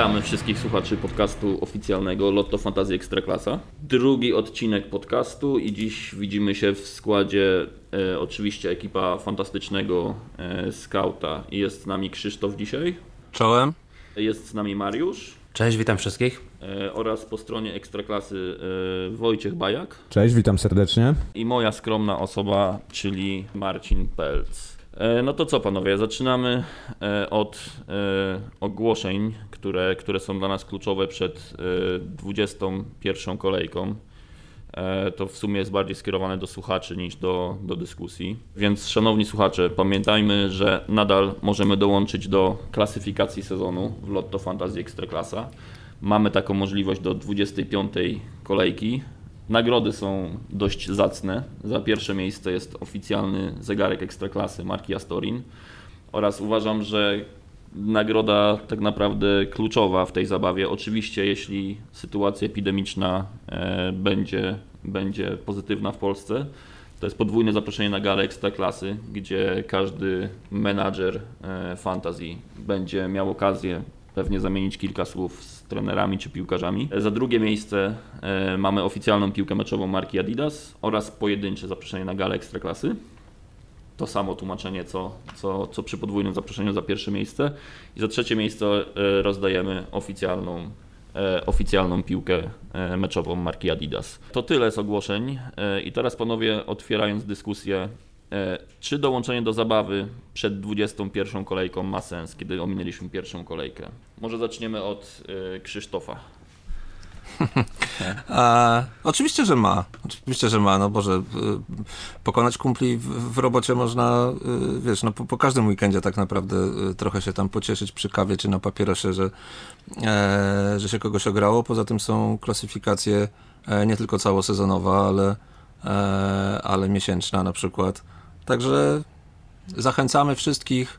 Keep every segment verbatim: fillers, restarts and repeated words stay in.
Witamy wszystkich słuchaczy podcastu oficjalnego Lotto Fantasy Ekstraklasa. Drugi odcinek podcastu i dziś widzimy się w składzie e, oczywiście ekipa fantastycznego e, skauta. Jest z nami Krzysztof dzisiaj. Czołem. Jest z nami Mariusz. Cześć, witam wszystkich. E, oraz po stronie Ekstraklasy e, Wojciech Bajak. Cześć, witam serdecznie. I moja skromna osoba, czyli Marcin Pelc. No to co panowie, zaczynamy od ogłoszeń, które, które są dla nas kluczowe przed dwudziestą pierwszą kolejką. To w sumie jest bardziej skierowane do słuchaczy niż do, do dyskusji. Więc szanowni słuchacze, pamiętajmy, że nadal możemy dołączyć do klasyfikacji sezonu w Lotto Fantasy Ekstraklasa. Mamy taką możliwość do dwudziestej piątej kolejki. Nagrody są dość zacne. Za pierwsze miejsce jest oficjalny zegarek Ekstraklasy marki Astorin oraz uważam, że nagroda tak naprawdę kluczowa w tej zabawie. Oczywiście jeśli sytuacja epidemiczna e, będzie, będzie pozytywna w Polsce, to jest podwójne zaproszenie na galę Ekstraklasy, gdzie każdy menadżer e, fantasy będzie miał okazję pewnie zamienić kilka słów z trenerami czy piłkarzami. Za drugie miejsce e, mamy oficjalną piłkę meczową marki Adidas oraz pojedyncze zaproszenie na galę Ekstraklasy. To samo tłumaczenie co, co, co przy podwójnym zaproszeniu za pierwsze miejsce. I za trzecie miejsce e, rozdajemy oficjalną, e, oficjalną piłkę e, meczową marki Adidas. To tyle z ogłoszeń e, i teraz panowie, otwierając dyskusję, czy dołączenie do zabawy przed dwudziestą pierwszą kolejką ma sens, kiedy ominęliśmy pierwszą kolejkę? Może zaczniemy od y, Krzysztofa. A, oczywiście, że ma. Oczywiście, że ma. No Boże, y, pokonać kumpli w, w robocie można, y, wiesz, no po, po każdym weekendzie tak naprawdę y, trochę się tam pocieszyć przy kawie czy na papierosie, że, e, że się kogoś ograło. Poza tym są klasyfikacje e, nie tylko całosezonowa, ale, e, ale miesięczna na przykład. Także zachęcamy wszystkich,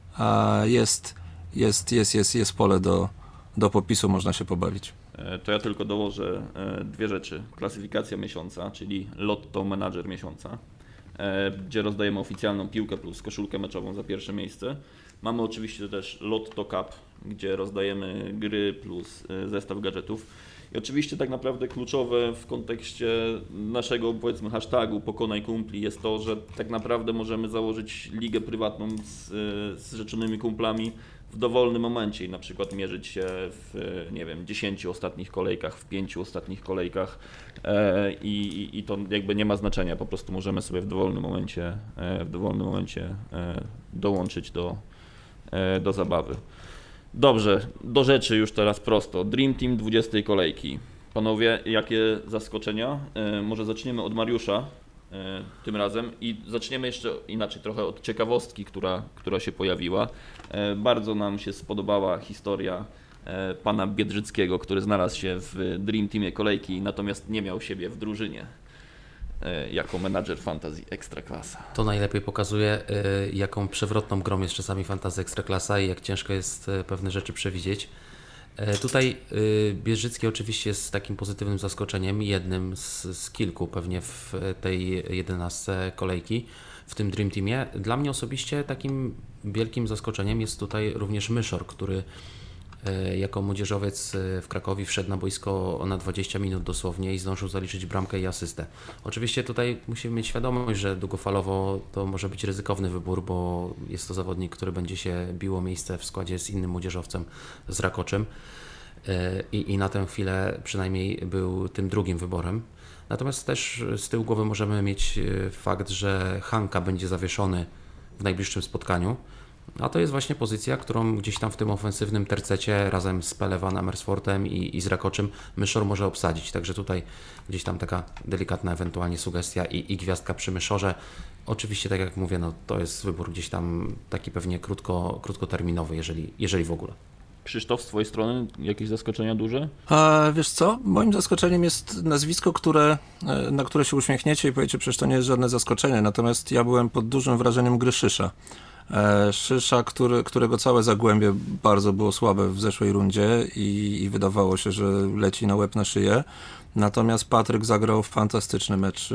jest, jest, jest, jest, jest pole do, do popisu, można się pobawić. To ja tylko dołożę dwie rzeczy. Klasyfikacja miesiąca, czyli Lotto Manager miesiąca, gdzie rozdajemy oficjalną piłkę plus koszulkę meczową za pierwsze miejsce. Mamy oczywiście też Lotto Cup, gdzie rozdajemy gry plus zestaw gadżetów. I oczywiście tak naprawdę kluczowe w kontekście naszego, powiedzmy, hashtagu Pokonaj Kumpli jest to, że tak naprawdę możemy założyć ligę prywatną z, z rzeczonymi kumplami w dowolnym momencie i na przykład mierzyć się w, nie wiem, dziesięciu ostatnich kolejkach, w pięciu ostatnich kolejkach e, i, i to jakby nie ma znaczenia, po prostu możemy sobie w dowolnym momencie, e, w dowolnym momencie e, dołączyć do, e, do zabawy. Dobrze, do rzeczy już teraz prosto. Dream Team dwudziestej kolejki. Panowie, jakie zaskoczenia? E, może zaczniemy od Mariusza e, tym razem i zaczniemy jeszcze inaczej trochę od ciekawostki, która, która się pojawiła. E, bardzo nam się spodobała historia e, pana Biedrzyckiego, który znalazł się w Dream Teamie kolejki, natomiast nie miał siebie w drużynie jako menadżer Fantasy Ekstraklasa. To najlepiej pokazuje, jaką przewrotną grą jest czasami Fantasy Ekstraklasa i jak ciężko jest pewne rzeczy przewidzieć. Tutaj Biedrzycki oczywiście jest takim pozytywnym zaskoczeniem, jednym z, z kilku pewnie w tej jedenastce kolejki, w tym Dream Teamie. Dla mnie osobiście takim wielkim zaskoczeniem jest tutaj również Myszor, który jako młodzieżowiec w Krakowie wszedł na boisko na dwadzieścia minut dosłownie i zdążył zaliczyć bramkę i asystę. Oczywiście tutaj musimy mieć świadomość, że długofalowo to może być ryzykowny wybór, bo jest to zawodnik, który będzie się biło miejsce w składzie z innym młodzieżowcem, z Rakoczem i, i na tę chwilę przynajmniej był tym drugim wyborem. Natomiast też z tyłu głowy możemy mieć fakt, że Hanka będzie zawieszony w najbliższym spotkaniu. A to jest właśnie pozycja, którą gdzieś tam w tym ofensywnym tercecie razem z Pelewan, Amersfortem i, i z Rakoczym Myszor może obsadzić. Także tutaj gdzieś tam taka delikatna ewentualnie sugestia i, i gwiazdka przy Myszorze. Oczywiście, tak jak mówię, no, to jest wybór gdzieś tam taki pewnie krótko, krótkoterminowy, jeżeli, jeżeli w ogóle. Krzysztof, z twojej strony jakieś zaskoczenia duże? A, wiesz co? Moim zaskoczeniem jest nazwisko, które, na które się uśmiechniecie i powiecie, przecież to nie jest żadne zaskoczenie. Natomiast ja byłem pod dużym wrażeniem gry Szysza. Szysza, który, którego całe Zagłębie bardzo było słabe w zeszłej rundzie i, i wydawało się, że leci na łeb na szyję. Natomiast Patryk zagrał fantastyczny mecz,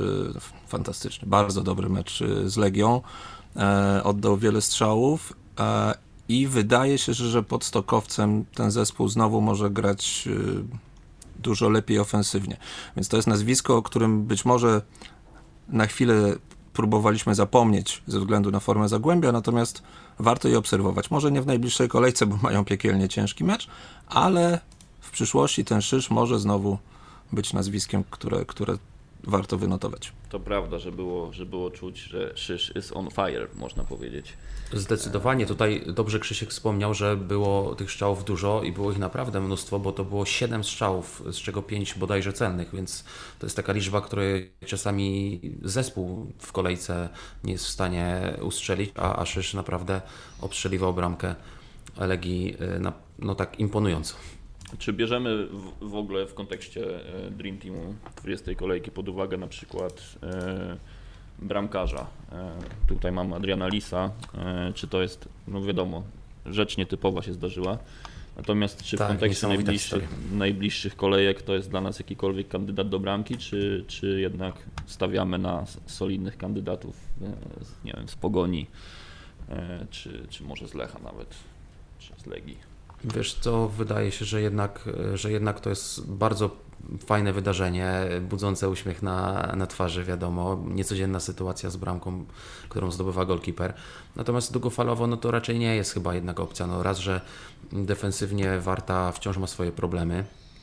fantastyczny, bardzo dobry mecz z Legią, oddał wiele strzałów i wydaje się, że, że pod Stokowcem ten zespół znowu może grać y, dużo lepiej ofensywnie. Więc to jest nazwisko, o którym być może na chwilę próbowaliśmy zapomnieć ze względu na formę Zagłębia, natomiast warto je obserwować. Może nie w najbliższej kolejce, bo mają piekielnie ciężki mecz, ale w przyszłości ten Szysz może znowu być nazwiskiem, które, które warto wynotować. To prawda, że było, że było czuć, że Szysz is on fire, można powiedzieć. Zdecydowanie. Tutaj dobrze Krzysiek wspomniał, że było tych strzałów dużo i było ich naprawdę mnóstwo, bo to było siedem strzałów, z czego pięć bodajże celnych, więc to jest taka liczba, której czasami zespół w kolejce nie jest w stanie ustrzelić, a, a Szysz naprawdę obstrzeliwał bramkę Legii na, no tak imponująco. Czy bierzemy w, w ogóle w kontekście e, Dream Teamu dwudziestej kolejki pod uwagę na przykład e, bramkarza? E, tutaj mam Adriana Lisa. E, czy to jest, no wiadomo, rzecz nietypowa się zdarzyła. Natomiast czy w tak, kontekście najbliższych, najbliższych kolejek to jest dla nas jakikolwiek kandydat do bramki, czy, czy jednak stawiamy na solidnych kandydatów, e, z, nie wiem, z Pogoni, e, czy, czy może z Lecha nawet, czy z Legii? Wiesz co, wydaje się, że jednak, że jednak to jest bardzo fajne wydarzenie, budzące uśmiech na, na twarzy, wiadomo, niecodzienna sytuacja z bramką, którą zdobywa golkiper. Natomiast długofalowo no to raczej nie jest chyba jednak opcja. No raz, że defensywnie Warta wciąż ma swoje problemy.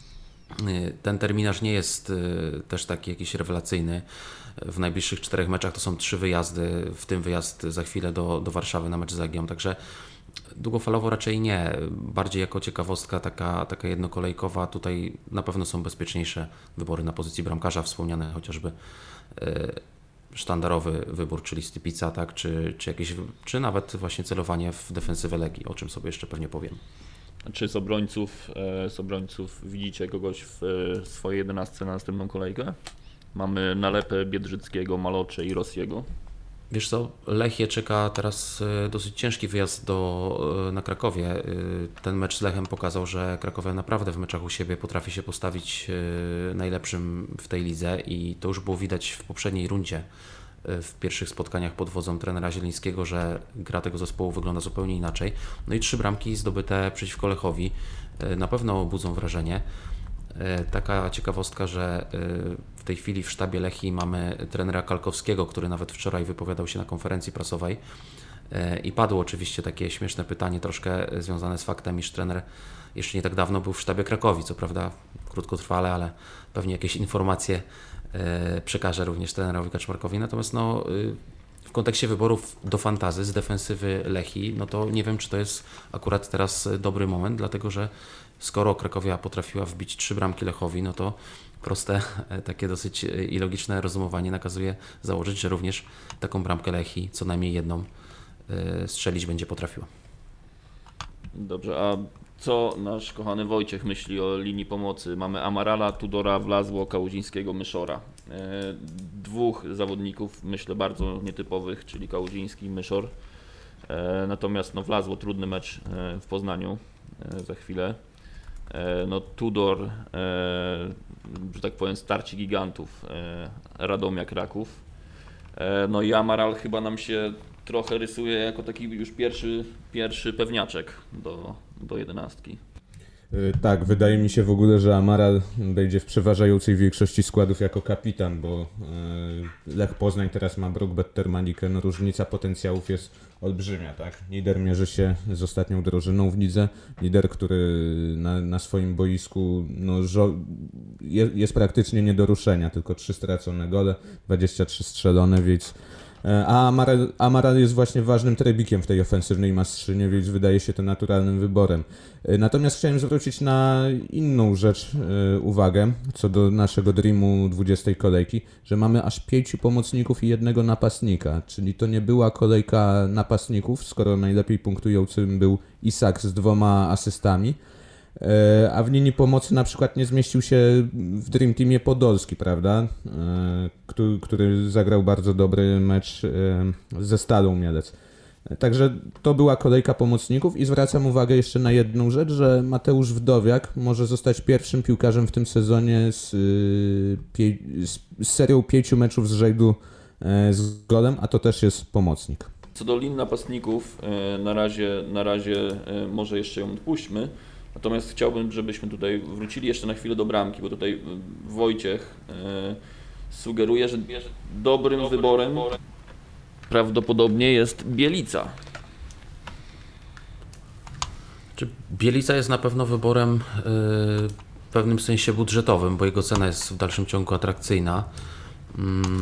Ten terminarz nie jest też taki jakiś rewelacyjny. W najbliższych czterech meczach to są trzy wyjazdy, w tym wyjazd za chwilę do, do Warszawy na mecz z Legią, także długofalowo raczej nie. Bardziej jako ciekawostka taka, taka jednokolejkowa. Tutaj na pewno są bezpieczniejsze wybory na pozycji bramkarza, wspomniane chociażby e, sztandarowy wybór, czyli Stypica, tak? czy, czy, jakieś, czy nawet właśnie celowanie w defensywę Legii, o czym sobie jeszcze pewnie powiem. Czy z obrońców, z obrońców widzicie kogoś w swojej jedenastce na następną kolejkę? Mamy Nalepę, Biedrzyckiego, Malocze i Rossiego. Wiesz co, Lechie czeka teraz dosyć ciężki wyjazd do, na Krakowie. Ten mecz z Lechem pokazał, że Krakowia naprawdę w meczach u siebie potrafi się postawić najlepszym w tej lidze i to już było widać w poprzedniej rundzie, w pierwszych spotkaniach pod wodzą trenera Zielińskiego, że gra tego zespołu wygląda zupełnie inaczej. No i trzy bramki zdobyte przeciwko Lechowi na pewno budzą wrażenie. Taka ciekawostka, że w tej chwili w sztabie Lechii mamy trenera Kalkowskiego, który nawet wczoraj wypowiadał się na konferencji prasowej i padło oczywiście takie śmieszne pytanie troszkę związane z faktem, iż trener jeszcze nie tak dawno był w sztabie Krakowi, co prawda krótkotrwale, ale pewnie jakieś informacje przekaże również trenerowi Kaczmarkowi. Natomiast no, w kontekście wyborów do fantazy z defensywy Lechii, no to nie wiem, czy to jest akurat teraz dobry moment, dlatego że skoro Krakowia potrafiła wbić trzy bramki Lechowi, no to proste, takie dosyć ilogiczne rozumowanie nakazuje założyć, że również taką bramkę Lechii, co najmniej jedną, strzelić będzie potrafiła. Dobrze, a co nasz kochany Wojciech myśli o linii pomocy? Mamy Amarala, Tudora, Wlazło, Kałuzińskiego, Myszora. Dwóch zawodników, myślę, bardzo nietypowych, czyli Kałuziński i Myszor. Natomiast no, Wlazło trudny mecz w Poznaniu za chwilę. No, Tudor, że tak powiem, starcie gigantów, Radomia, Kraków. No i Amaral chyba nam się trochę rysuje jako taki już pierwszy, pierwszy pewniaczek do, do jedenastki. Tak, wydaje mi się w ogóle, że Amaral będzie w przeważającej większości składów jako kapitan, bo Lech Poznań teraz ma Brock-Bettermanikę, no różnica potencjałów jest olbrzymia, tak? Lider mierzy się z ostatnią drużyną w lidze, lider, który na, na swoim boisku no, żo- jest, jest praktycznie nie do ruszenia, tylko trzy stracone gole, dwadzieścia trzy strzelone, więc a Amaral, Amaral jest właśnie ważnym trebikiem w tej ofensywnej mastrzynie, więc wydaje się to naturalnym wyborem. Natomiast chciałem zwrócić na inną rzecz y, uwagę, co do naszego Dreamu dwudziestej kolejki, że mamy aż pięciu pomocników i jednego napastnika, czyli to nie była kolejka napastników, skoro najlepiej punktującym był Isak z dwoma asystami, a w linii pomocy na przykład nie zmieścił się w Dream Teamie Podolski, prawda? Który, który zagrał bardzo dobry mecz ze Stalą Mielec. Także to była kolejka pomocników i zwracam uwagę jeszcze na jedną rzecz, że Mateusz Wdowiak może zostać pierwszym piłkarzem w tym sezonie z, z serią pięciu meczów z rzędu z golem, a to też jest pomocnik. Co do lin napastników, e, na razie, na razie e, może jeszcze ją odpuśćmy. Natomiast chciałbym, żebyśmy tutaj wrócili jeszcze na chwilę do bramki, bo tutaj Wojciech e, sugeruje, że dobrym, dobrym wyborem, wyborem prawdopodobnie jest Bielica. Czy Bielica jest na pewno wyborem yy, w pewnym sensie budżetowym, bo jego cena jest w dalszym ciągu atrakcyjna. Yy,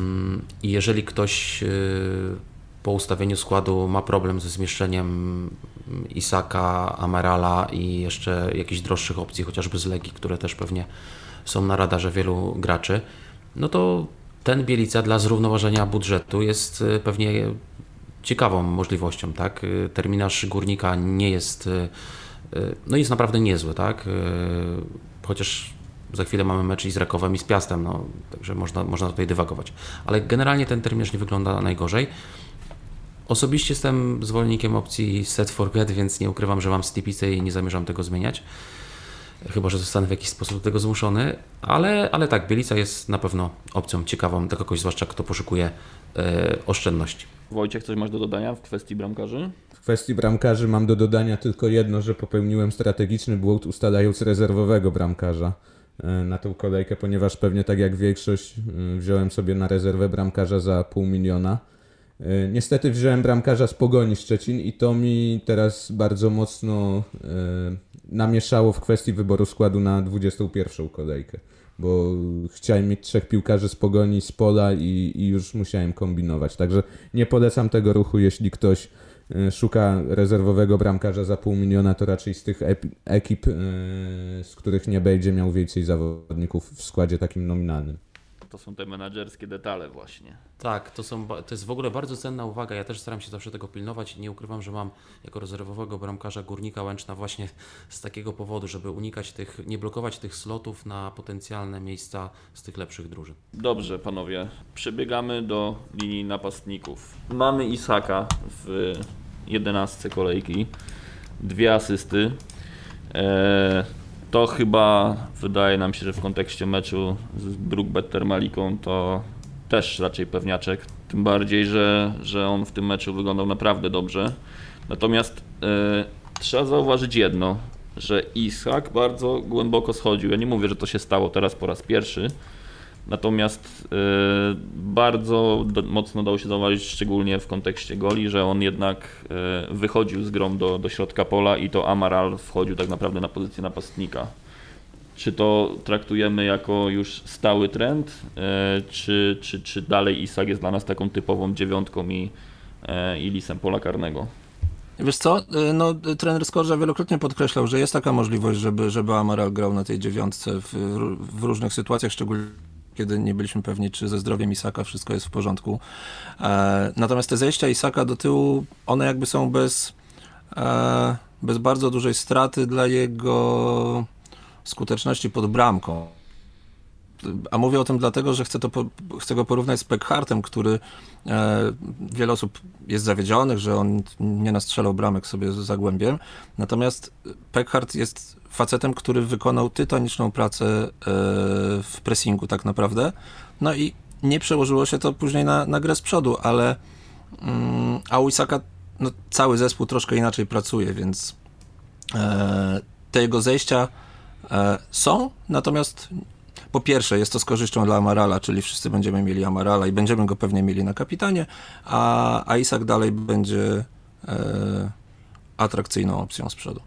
I jeżeli ktoś yy, po ustawieniu składu ma problem ze zmieszczeniem Isaka, Amarala i jeszcze jakichś droższych opcji, chociażby z Legii, które też pewnie są na radarze wielu graczy, no to ten Bielica dla zrównoważenia budżetu jest pewnie ciekawą możliwością, tak? Terminarz Górnika nie jest, no jest naprawdę niezły, tak? Chociaż za chwilę mamy mecz i z Rakowem i z Piastem, no, także można, można tutaj dywagować. Ale generalnie ten terminarz nie wygląda najgorzej. Osobiście jestem zwolennikiem opcji set forget, więc nie ukrywam, że mam Stipicę i nie zamierzam tego zmieniać. Chyba że zostanę w jakiś sposób do tego zmuszony, ale, ale tak, Bielica jest na pewno opcją ciekawą dla kogoś, zwłaszcza kto poszukuje e, oszczędności. Wojciech, coś masz do dodania w kwestii bramkarzy? W kwestii bramkarzy mam do dodania tylko jedno, że popełniłem strategiczny błąd, ustalając rezerwowego bramkarza na tą kolejkę, ponieważ pewnie tak jak większość wziąłem sobie na rezerwę bramkarza za pół miliona. Niestety wziąłem bramkarza z Pogoni Szczecin i to mi teraz bardzo mocno e, namieszało w kwestii wyboru składu na dwudziestą pierwszą kolejkę, bo chciałem mieć trzech piłkarzy z Pogoni, z Pola i, i już musiałem kombinować. Także nie polecam tego ruchu, jeśli ktoś e, szuka rezerwowego bramkarza za pół miliona, to raczej z tych ep- ekip, e, z których nie będzie miał więcej zawodników w składzie takim nominalnym. To są te menadżerskie detale właśnie. Tak, to, są, to jest w ogóle bardzo cenna uwaga. Ja też staram się zawsze tego pilnować. Nie ukrywam, że mam jako rezerwowego bramkarza Górnika Łęczna właśnie z takiego powodu, żeby unikać tych, nie blokować tych slotów na potencjalne miejsca z tych lepszych drużyn. Dobrze, panowie, przebiegamy do linii napastników. Mamy Isaka w jedenastce kolejki, dwie asysty. Eee, To chyba wydaje nam się, że w kontekście meczu z Brook Termaliką to też raczej pewniaczek. Tym bardziej, że, że on w tym meczu wyglądał naprawdę dobrze. Natomiast e, trzeba zauważyć jedno, że Isak bardzo głęboko schodził. Ja nie mówię, że to się stało teraz po raz pierwszy. Natomiast e, bardzo do, mocno dało się zauważyć, szczególnie w kontekście goli, że on jednak e, wychodził z grą do, do środka pola i to Amaral wchodził tak naprawdę na pozycję napastnika. Czy to traktujemy jako już stały trend, e, czy, czy, czy dalej Isak jest dla nas taką typową dziewiątką i, e, i lisem pola karnego? Wiesz co, no trener Skorża wielokrotnie podkreślał, że jest taka możliwość, żeby, żeby Amaral grał na tej dziewiątce w, w różnych sytuacjach, szczególnie kiedy nie byliśmy pewni, czy ze zdrowiem Isaka wszystko jest w porządku. E, natomiast te zejścia Isaka do tyłu, one jakby są bez, e, bez bardzo dużej straty dla jego skuteczności pod bramką. A mówię o tym dlatego, że chcę, to po, chcę go porównać z Pekhartem, który e, wiele osób jest zawiedzionych, że on nie nastrzelał bramek sobie z Zagłębiem. Natomiast Pekhart jest facetem, który wykonał tytaniczną pracę e, w pressingu tak naprawdę. No i nie przełożyło się to później na, na grę z przodu, ale mm, a u Isaka no, cały zespół troszkę inaczej pracuje, więc e, te jego zejścia e, są, natomiast po pierwsze, jest to z korzyścią dla Amarala, czyli wszyscy będziemy mieli Amarala i będziemy go pewnie mieli na kapitanie, a, a Isak dalej będzie e, atrakcyjną opcją z przodu.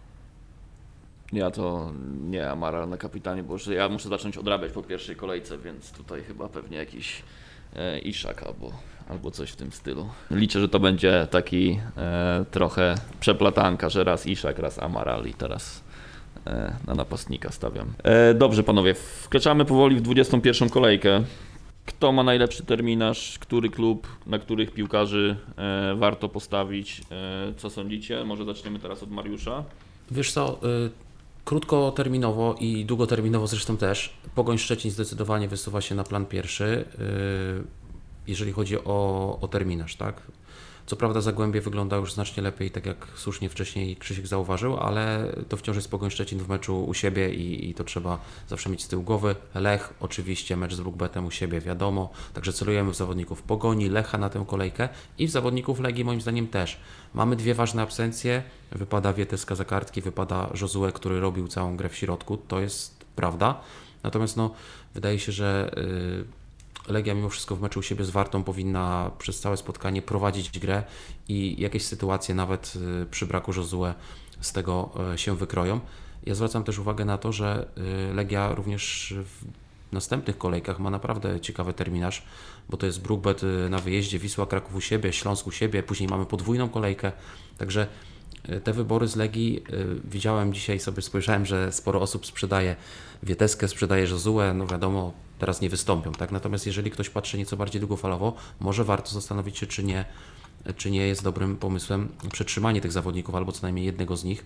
Ja to nie Amaral na kapitanie, bo już ja muszę zacząć odrabiać po pierwszej kolejce, więc tutaj chyba pewnie jakiś e, Isak albo, albo coś w tym stylu. Liczę, że to będzie taki e, trochę przeplatanka, że raz Isak, raz Amaral i teraz na napastnika stawiam. E, dobrze panowie, wkraczamy powoli w dwudziestą pierwszą kolejkę. Kto ma najlepszy terminarz, który klub, na których piłkarzy e, warto postawić? E, co sądzicie? Może zaczniemy teraz od Mariusza. Wiesz co, y, krótkoterminowo i długoterminowo zresztą też Pogoń Szczecin zdecydowanie wysuwa się na plan pierwszy, y, jeżeli chodzi o, o terminarz, tak? Co prawda Zagłębie wygląda już znacznie lepiej, tak jak słusznie wcześniej Krzysiek zauważył, ale to wciąż jest Pogoń Szczecin w meczu u siebie i, i to trzeba zawsze mieć z tyłu głowy. Lech oczywiście, mecz z BrookBetem u siebie, wiadomo, także celujemy w zawodników Pogoni, Lecha na tę kolejkę i w zawodników Legii moim zdaniem też. Mamy dwie ważne absencje, wypada Wieteska za kartki, wypada Josue, który robił całą grę w środku, to jest prawda, natomiast no, wydaje się, że yy, Legia mimo wszystko w meczu u siebie z Wartą powinna przez całe spotkanie prowadzić grę i jakieś sytuacje nawet yy, przy braku Josue z tego yy, się wykroją. Ja zwracam też uwagę na to, że yy, Legia również w następnych kolejkach ma naprawdę ciekawy terminarz, bo to jest BrookBet na wyjeździe, Wisła Kraków u siebie, Śląsk u siebie, później mamy podwójną kolejkę, także te wybory z Legii, widziałem dzisiaj, sobie spojrzałem, że sporo osób sprzedaje Wieteskę, sprzedaje Josue, no wiadomo, teraz nie wystąpią, tak? Natomiast jeżeli ktoś patrzy nieco bardziej długofalowo, może warto zastanowić się, czy nie, czy nie jest dobrym pomysłem przetrzymanie tych zawodników, albo co najmniej jednego z nich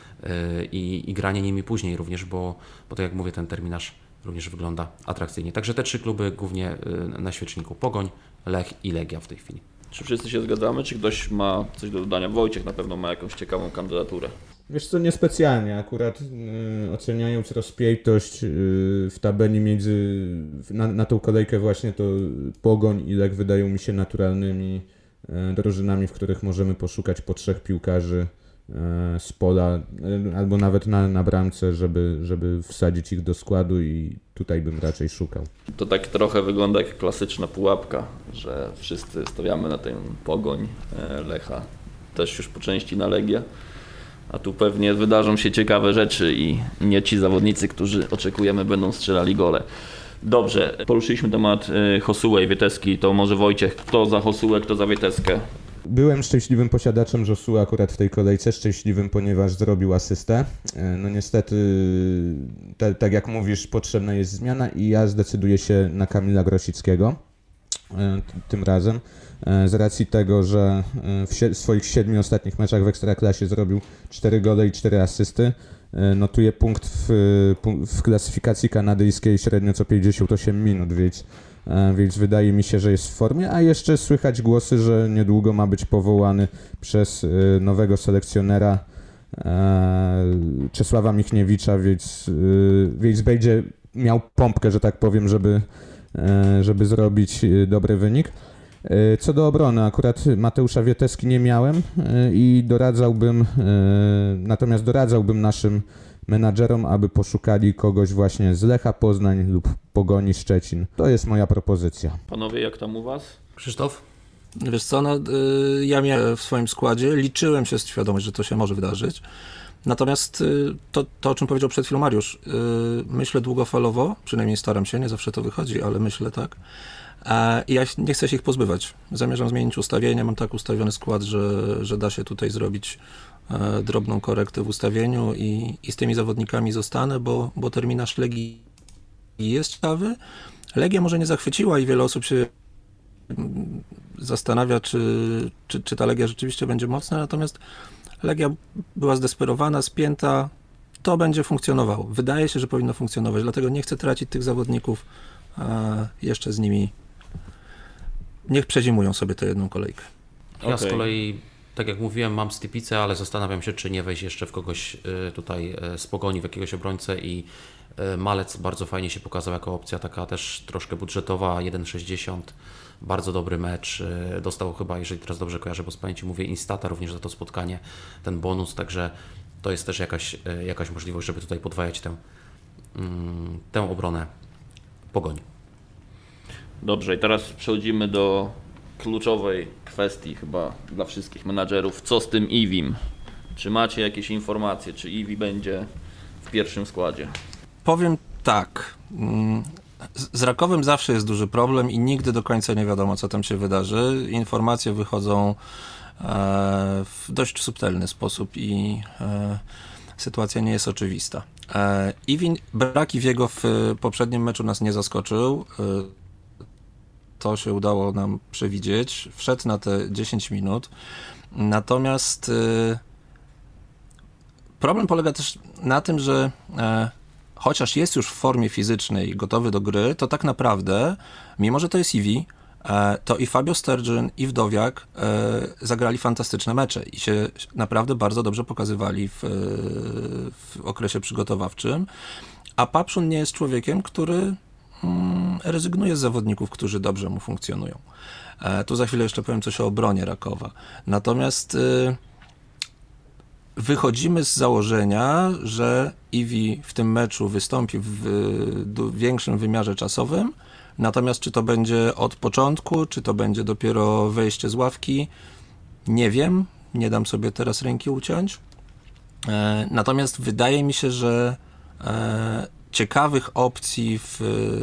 i, i granie nimi później również, bo, bo tak jak mówię, ten terminarz również wygląda atrakcyjnie. Także te trzy kluby głównie na świeczniku: Pogoń, Lech i Legia w tej chwili. Czy wszyscy się zgadzamy, czy ktoś ma coś do dodania? Wojciech na pewno ma jakąś ciekawą kandydaturę. Wiesz co, niespecjalnie. Akurat yy, oceniając rozpiętość yy, w tabeli między, na, na tą kolejkę właśnie, to Pogoń i Lech wydają mi się naturalnymi yy, drużynami, w których możemy poszukać po trzech piłkarzy z pola, albo nawet na, na bramce, żeby, żeby wsadzić ich do składu i tutaj bym raczej szukał. To tak trochę wygląda jak klasyczna pułapka, że wszyscy stawiamy na tę Pogoń, Lecha, też już po części na Legię, a tu pewnie wydarzą się ciekawe rzeczy i nie ci zawodnicy, którzy oczekujemy, będą strzelali gole. Dobrze, poruszyliśmy temat Josue i Wieteski, to może Wojciech, kto za Josue, kto za Wieteskę? Byłem szczęśliwym posiadaczem Josue akurat w tej kolejce, szczęśliwym, ponieważ zrobił asystę. No niestety, te, tak jak mówisz, potrzebna jest zmiana i ja zdecyduję się na Kamila Grosickiego tym razem. Z racji tego, że w sie- swoich siedmiu ostatnich meczach w Ekstraklasie zrobił cztery gole i cztery asysty. Notuje punkt w, w klasyfikacji kanadyjskiej średnio co pięćdziesiąt osiem minut, więc Więc wydaje mi się, że jest w formie, a jeszcze słychać głosy, że niedługo ma być powołany przez nowego selekcjonera Czesława Michniewicza, więc, więc będzie miał pompkę, że tak powiem, żeby, żeby zrobić dobry wynik. Co do obrony, akurat Mateusza Wieteski nie miałem i doradzałbym, natomiast doradzałbym naszym menadżerom, aby poszukali kogoś właśnie z Lecha Poznań lub Pogoni Szczecin. To jest moja propozycja. Panowie, jak tam u was? Krzysztof? Wiesz co, no, y, ja miałem w swoim składzie, liczyłem się z świadomość, że to się może wydarzyć. Natomiast y, to, to, o czym powiedział przed chwilą Mariusz, y, myślę długofalowo, przynajmniej staram się, nie zawsze to wychodzi, ale myślę tak. A ja nie chcę się ich pozbywać. Zamierzam zmienić ustawienie, mam tak ustawiony skład, że, że da się tutaj zrobić e, drobną korektę w ustawieniu i, i z tymi zawodnikami zostanę, bo, bo terminarz Legii jest ciekawy. Legia może nie zachwyciła i wiele osób się zastanawia, czy, czy, czy ta Legia rzeczywiście będzie mocna, natomiast Legia była zdesperowana, spięta, to będzie funkcjonowało. Wydaje się, że powinno funkcjonować, dlatego nie chcę tracić tych zawodników, a jeszcze z nimi niech przezimują sobie tę jedną kolejkę. Ja Okay. z kolei, tak jak mówiłem, mam Stipicę, ale zastanawiam się, czy nie wejść jeszcze w kogoś tutaj z Pogoni, w jakiegoś obrońcę i Malec bardzo fajnie się pokazał jako opcja taka też troszkę budżetowa, jeden sześćdziesiąt, bardzo dobry mecz, dostał chyba, jeżeli teraz dobrze kojarzę, bo z pamięci mówię, Instata również za to spotkanie, ten bonus, także to jest też jakaś, jakaś możliwość, żeby tutaj podwajać tę, tę obronę Pogoni. Dobrze, i teraz przechodzimy do kluczowej kwestii chyba dla wszystkich menadżerów. Co z tym Iwim? Czy macie jakieś informacje, czy Iwi będzie w pierwszym składzie? Powiem tak, z Rakowem zawsze jest duży problem i nigdy do końca nie wiadomo, co tam się wydarzy. Informacje wychodzą w dość subtelny sposób i sytuacja nie jest oczywista. Iwin, brak Iwiego w poprzednim meczu nas nie zaskoczył. To się udało nam przewidzieć. Wszedł na te dziesięć minut. Natomiast problem polega też na tym, że chociaż jest już w formie fizycznej gotowy do gry, to tak naprawdę, mimo że to jest Iwi, to i Fabio Sturgeon, i Wdowiak zagrali fantastyczne mecze i się naprawdę bardzo dobrze pokazywali w, w okresie przygotowawczym. A Papszun nie jest człowiekiem, który mm, rezygnuje z zawodników, którzy dobrze mu funkcjonują. E, tu za chwilę jeszcze powiem coś o obronie Rakowa. Natomiast y, wychodzimy z założenia, że Iwi w tym meczu wystąpi w, w większym wymiarze czasowym, natomiast czy to będzie od początku, czy to będzie dopiero wejście z ławki, nie wiem, nie dam sobie teraz ręki uciąć. E, natomiast wydaje mi się, że e, ciekawych opcji w,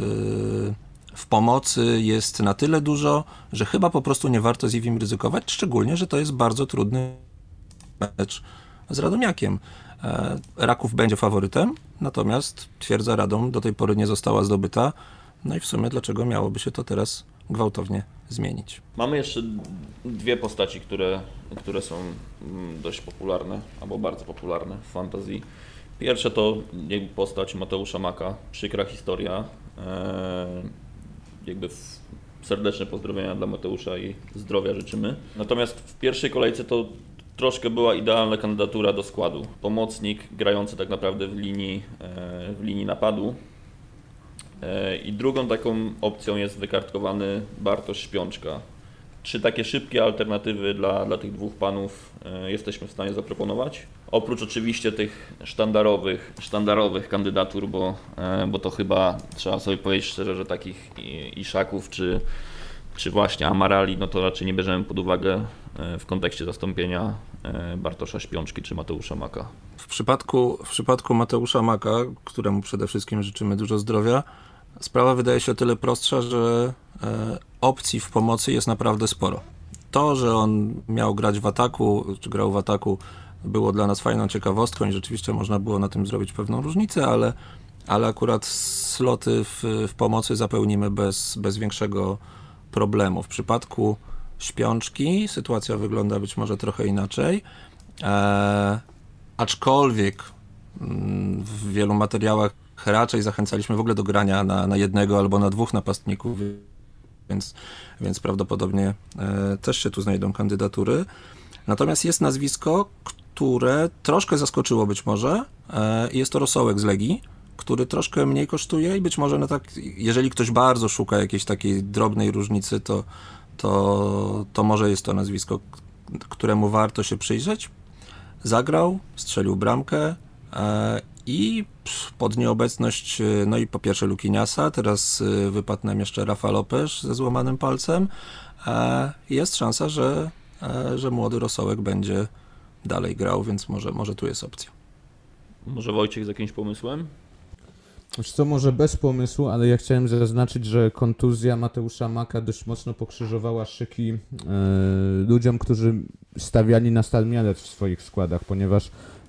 w pomocy jest na tyle dużo, że chyba po prostu nie warto z Iwim ryzykować, szczególnie, że to jest bardzo trudny mecz z Radomiakiem. E, Raków będzie faworytem, natomiast twierdza Radom do tej pory nie została zdobyta. No i w sumie dlaczego miałoby się to teraz gwałtownie zmienić? Mamy jeszcze dwie postaci, które, które są dość popularne, albo bardzo popularne w fantazji. Pierwsze to postać Mateusza Maka, przykra historia. Eee, jakby w, serdeczne pozdrowienia dla Mateusza i zdrowia życzymy. Natomiast w pierwszej kolejce to troszkę była idealna kandydatura do składu. Pomocnik grający tak naprawdę w linii, e, w linii napadu. E, I drugą taką opcją jest wykartkowany Bartosz Śpiączka. Czy takie szybkie alternatywy dla, dla tych dwóch panów e, jesteśmy w stanie zaproponować? Oprócz oczywiście tych sztandarowych, sztandarowych kandydatur, bo, e, bo to chyba trzeba sobie powiedzieć szczerze, że takich Iszaków czy, czy właśnie Amarali, no to raczej nie bierzemy pod uwagę e, w kontekście zastąpienia e, Bartosza Śpiączki czy Mateusza Maka. W przypadku, w przypadku Mateusza Maka, któremu przede wszystkim życzymy dużo zdrowia, sprawa wydaje się o tyle prostsza, że e, opcji w pomocy jest naprawdę sporo. To, że on miał grać w ataku, czy grał w ataku, było dla nas fajną ciekawostką i rzeczywiście można było na tym zrobić pewną różnicę, ale, ale akurat sloty w, w pomocy zapełnimy bez, bez większego problemu. W przypadku Śpiączki sytuacja wygląda być może trochę inaczej, e, aczkolwiek m, w wielu materiałach raczej zachęcaliśmy w ogóle do grania na, na jednego albo na dwóch napastników, więc, więc prawdopodobnie e, też się tu znajdą kandydatury. Natomiast jest nazwisko, które troszkę zaskoczyło być może. E, jest to Rosołek z Legii, który troszkę mniej kosztuje i być może no tak, jeżeli ktoś bardzo szuka jakiejś takiej drobnej różnicy, to, to, to może jest to nazwisko, któremu warto się przyjrzeć. Zagrał, strzelił bramkę e, i pod nieobecność, no i po pierwsze Lukiniasa, teraz wypadł nam jeszcze Rafa Lopez ze złamanym palcem, e, jest szansa, że, e, że młody Rosołek będzie dalej grał, więc może, może tu jest opcja. Może Wojciech z jakimś pomysłem? Wiesz co, może bez pomysłu, ale ja chciałem zaznaczyć, że kontuzja Mateusza Maka dość mocno pokrzyżowała szyki e, ludziom, którzy stawiali na Stal Mielec w swoich składach, ponieważ e,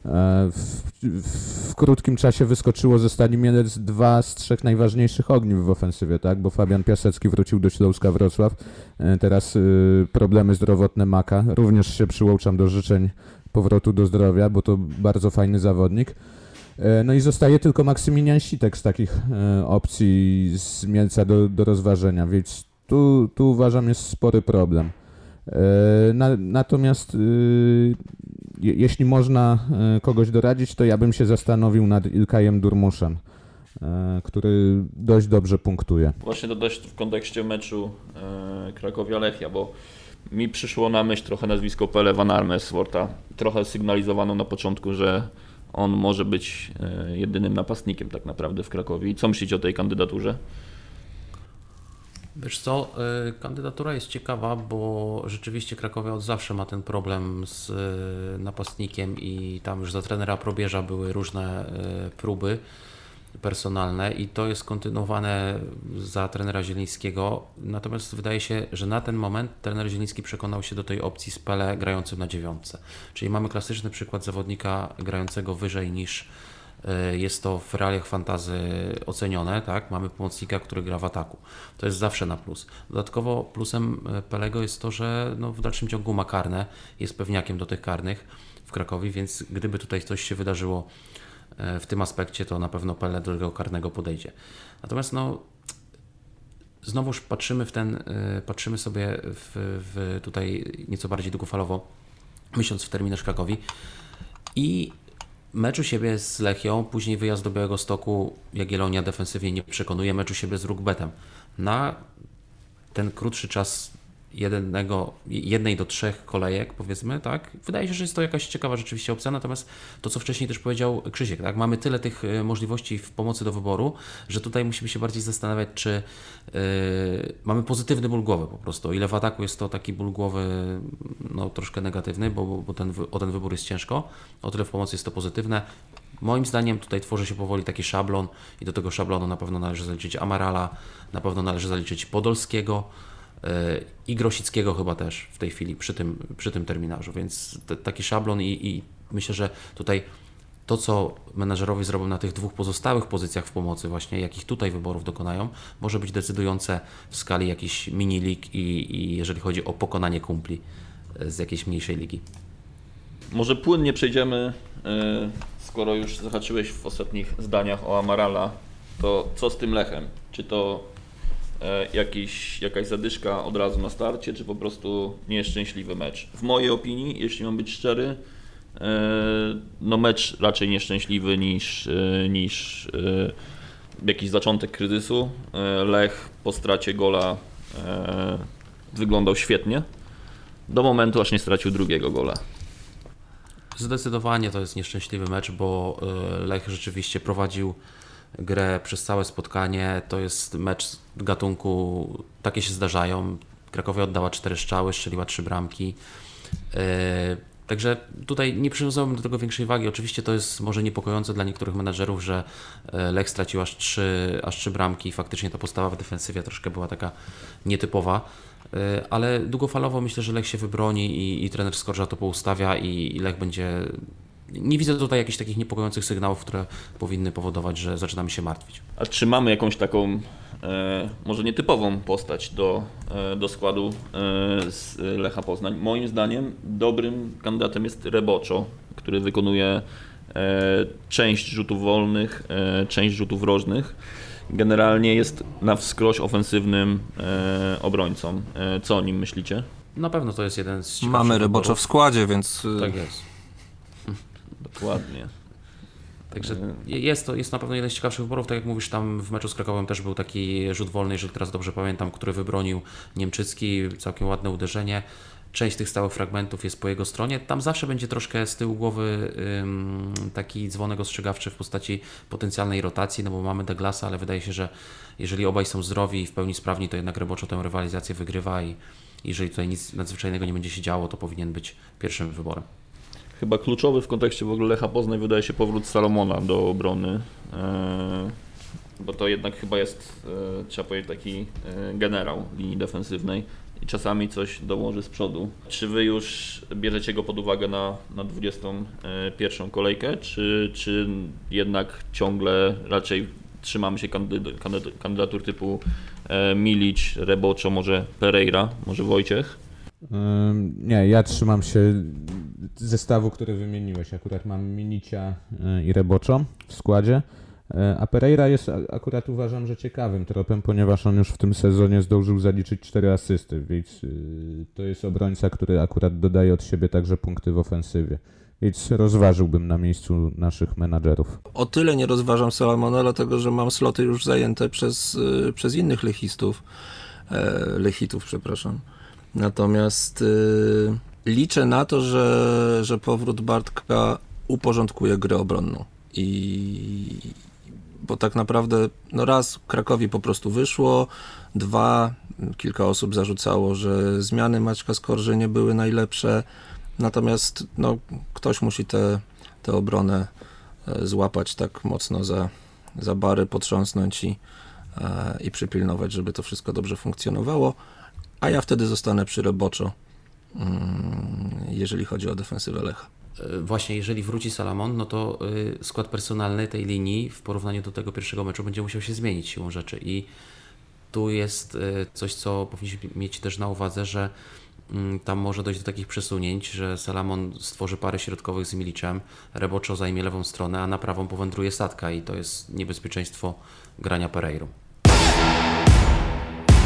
w, w, w krótkim czasie wyskoczyło ze Stali Mielec dwa z trzech najważniejszych ogniw w ofensywie, tak? Bo Fabian Piasecki wrócił do Śląska Wrocław, e, teraz e, problemy zdrowotne Maka, również się przyłączam do życzeń powrotu do zdrowia, bo to bardzo fajny zawodnik. No i zostaje tylko Maksymilian Sitek z takich e, opcji z Mielca do, do rozważenia, więc tu, tu uważam jest spory problem. E, na, natomiast e, je, jeśli można e, kogoś doradzić, to ja bym się zastanowił nad Ilkajem Durmuszem, e, który dość dobrze punktuje. Właśnie to dość w kontekście meczu e, Krakowia-Lechia, bo mi przyszło na myśl trochę nazwisko Pele Van Amersfoorta. Trochę sygnalizowano na początku, że on może być jedynym napastnikiem tak naprawdę w Krakowie. I co myślicie o tej kandydaturze? Wiesz co, kandydatura jest ciekawa, bo rzeczywiście Krakowia od zawsze ma ten problem z napastnikiem i tam już za trenera Probierza były różne próby personalne i to jest kontynuowane za trenera Zielińskiego. Natomiast wydaje się, że na ten moment trener Zieliński przekonał się do tej opcji z Pele grającym na dziewiątce. Czyli mamy klasyczny przykład zawodnika grającego wyżej niż jest to w realiach fantasy ocenione, tak? Mamy pomocnika, który gra w ataku. To jest zawsze na plus. Dodatkowo plusem Pelego jest to, że no w dalszym ciągu ma karne, jest pewniakiem do tych karnych w Krakowie, więc gdyby tutaj coś się wydarzyło w tym aspekcie, to na pewno Pele do tego karnego podejdzie. Natomiast no, znowuż patrzymy w ten, patrzymy sobie w, w tutaj nieco bardziej długofalowo, myśląc w terminarz Krakowi i mecz u siebie z Lechią, później wyjazd do Białegostoku, Jagiellonia defensywnie nie przekonuje, mecz u siebie z Rugbetem. Na ten krótszy czas jednego, jednej do trzech kolejek, powiedzmy, tak? Wydaje się, że jest to jakaś ciekawa rzeczywiście opcja, natomiast to, co wcześniej też powiedział Krzysiek, tak? Mamy tyle tych możliwości w pomocy do wyboru, że tutaj musimy się bardziej zastanawiać, czy yy, mamy pozytywny ból głowy po prostu. O ile w ataku jest to taki ból głowy no, troszkę negatywny, bo, bo ten, o ten wybór jest ciężko, o tyle w pomocy jest to pozytywne. Moim zdaniem tutaj tworzy się powoli taki szablon i do tego szablonu na pewno należy zaliczyć Amarala, na pewno należy zaliczyć Podolskiego, i Grosickiego chyba też w tej chwili przy tym, przy tym terminarzu, więc t- taki szablon i, i myślę, że tutaj to, co menadżerowie zrobią na tych dwóch pozostałych pozycjach w pomocy właśnie, jakich tutaj wyborów dokonają, może być decydujące w skali jakichś mini-lig i, i jeżeli chodzi o pokonanie kumpli z jakiejś mniejszej ligi. Może płynnie przejdziemy, skoro już zahaczyłeś w ostatnich zdaniach o Amarala, to co z tym Lechem? Czy to Jakiś, jakaś zadyszka od razu na starcie, czy po prostu nieszczęśliwy mecz? W mojej opinii, jeśli mam być szczery, no mecz raczej nieszczęśliwy niż, niż jakiś zaczątek kryzysu. Lech po stracie gola wyglądał świetnie, do momentu aż nie stracił drugiego gola. Zdecydowanie to jest nieszczęśliwy mecz, bo Lech rzeczywiście prowadził grę przez całe spotkanie. To jest mecz gatunku, takie się zdarzają. Krakowie oddała cztery strzały, strzeliła trzy bramki. Yy, także tutaj nie przywiązałbym do tego większej wagi. Oczywiście to jest może niepokojące dla niektórych menadżerów, że Lech stracił aż trzy, aż trzy bramki. Faktycznie ta postawa w defensywie troszkę była taka nietypowa. Yy, ale długofalowo myślę, że Lech się wybroni i, i trener Skorża to poustawia i, i Lech będzie... Nie widzę tutaj jakichś takich niepokojących sygnałów, które powinny powodować, że zaczynamy się martwić. A czy mamy jakąś taką, e, może nietypową postać do, e, do składu e, z Lecha Poznań? Moim zdaniem dobrym kandydatem jest Reboczo, który wykonuje e, część rzutów wolnych, e, część rzutów rożnych. Generalnie jest na wskroś ofensywnym e, obrońcą. E, co o nim myślicie? Na pewno to jest jeden z ciekawszych Mamy Reboczo wyborów. w składzie, więc... Tak jest. Dokładnie. Także jest to jest na pewno jeden z ciekawszych wyborów. Tak jak mówisz, tam w meczu z Krakowem też był taki rzut wolny, jeżeli teraz dobrze pamiętam, który wybronił Niemczycki, całkiem ładne uderzenie. Część tych stałych fragmentów jest po jego stronie. Tam zawsze będzie troszkę z tyłu głowy ym, taki dzwonek ostrzegawczy w postaci potencjalnej rotacji, no bo mamy Douglasa, ale wydaje się, że jeżeli obaj są zdrowi i w pełni sprawni, to jednak Reboczo tę rywalizację wygrywa i jeżeli tutaj nic nadzwyczajnego nie będzie się działo, to powinien być pierwszym wyborem. Chyba kluczowy w kontekście w ogóle Lecha Poznań wydaje się powrót Salomona do obrony, bo to jednak chyba jest, trzeba powiedzieć, taki generał linii defensywnej i czasami coś dołoży z przodu. Czy wy już bierzecie go pod uwagę na, na dwudziestą pierwszą kolejkę, czy, czy jednak ciągle raczej trzymamy się kandydatur, kandydatur typu Milic, Reboczo, może Pereira, może Wojciech? Nie, ja trzymam się zestawu, który wymieniłeś. Akurat mam Milicia i Reboczo w składzie, a Pereira jest akurat, uważam, że ciekawym tropem, ponieważ on już w tym sezonie zdążył zaliczyć cztery asysty, więc to jest obrońca, który akurat dodaje od siebie także punkty w ofensywie. Więc rozważyłbym na miejscu naszych menadżerów. O tyle nie rozważam Salomona, dlatego że mam sloty już zajęte przez, przez innych lechistów, e, lechitów, przepraszam. Natomiast y, liczę na to, że, że powrót Bartka uporządkuje grę obronną. I bo tak naprawdę no raz Krakowi po prostu wyszło, dwa, kilka osób zarzucało, że zmiany Maćka Skorży nie były najlepsze, natomiast no, ktoś musi tę tę obronę złapać tak mocno za, za bary, potrząsnąć i, e, i przypilnować, żeby to wszystko dobrze funkcjonowało. A ja wtedy zostanę przy Reboczo, jeżeli chodzi o defensywę Lecha. Właśnie, jeżeli wróci Salamon, no to skład personalny tej linii w porównaniu do tego pierwszego meczu będzie musiał się zmienić siłą rzeczy i tu jest coś, co powinniśmy mieć też na uwadze, że tam może dojść do takich przesunięć, że Salamon stworzy parę środkowych z Milicem, Reboczo zajmie lewą stronę, a na prawą powędruje Sadka i to jest niebezpieczeństwo grania Pereirą.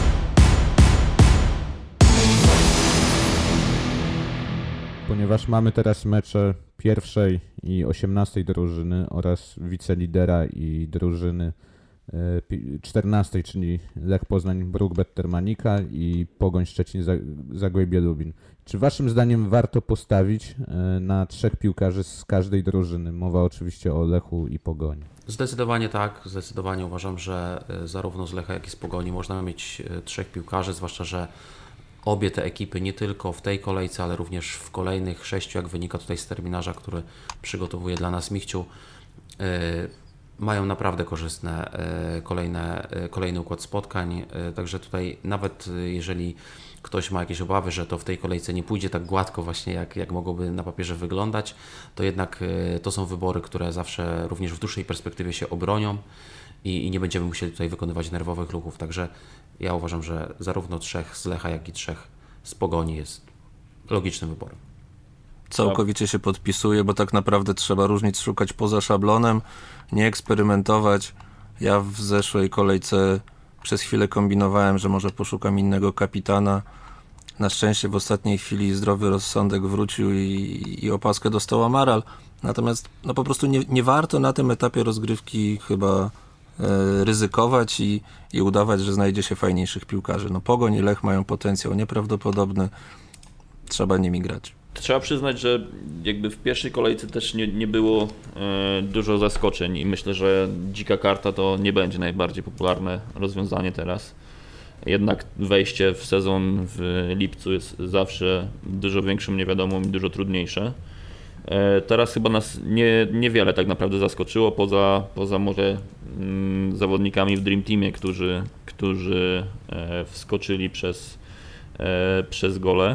ponieważ mamy teraz mecze pierwszej i osiemnastej drużyny oraz wicelidera i drużyny czternastej, czyli Lech Poznań, Bruk Bettermanika i Pogoń Szczecin, Zagłębie Lubin. Czy waszym zdaniem warto postawić na trzech piłkarzy z każdej drużyny? Mowa oczywiście o Lechu i Pogoni. Zdecydowanie tak, zdecydowanie uważam, że zarówno z Lecha, jak i z Pogoni można mieć trzech piłkarzy, zwłaszcza, że obie te ekipy nie tylko w tej kolejce, ale również w kolejnych sześciu, jak wynika tutaj z terminarza, który przygotowuje dla nas Michciu, mają naprawdę korzystne kolejne, kolejny układ spotkań, także tutaj nawet jeżeli ktoś ma jakieś obawy, że to w tej kolejce nie pójdzie tak gładko właśnie jak, jak mogłoby na papierze wyglądać, to jednak to są wybory, które zawsze również w dłuższej perspektywie się obronią i, i nie będziemy musieli tutaj wykonywać nerwowych ruchów, także ja uważam, że zarówno trzech z Lecha, jak i trzech z Pogoni jest logicznym wyborem. Całkowicie się podpisuję, bo tak naprawdę trzeba różnic szukać poza szablonem, nie eksperymentować. Ja w zeszłej kolejce przez chwilę kombinowałem, że może poszukam innego kapitana. Na szczęście w ostatniej chwili zdrowy rozsądek wrócił i, i opaskę dostał Amaral. Natomiast no po prostu nie, nie warto na tym etapie rozgrywki chyba e, ryzykować i, i udawać, że znajdzie się fajniejszych piłkarzy. No Pogoń i Lech mają potencjał nieprawdopodobny. Trzeba nimi grać. Trzeba przyznać, że jakby w pierwszej kolejce też nie, nie było e, dużo zaskoczeń i myślę, że dzika karta to nie będzie najbardziej popularne rozwiązanie teraz. Jednak wejście w sezon w lipcu jest zawsze dużo większą niewiadomą i dużo trudniejsze. E, teraz chyba nas nie, niewiele tak naprawdę zaskoczyło, poza, poza może mm, zawodnikami w Dream Teamie, którzy, którzy e, wskoczyli przez, e, przez gole.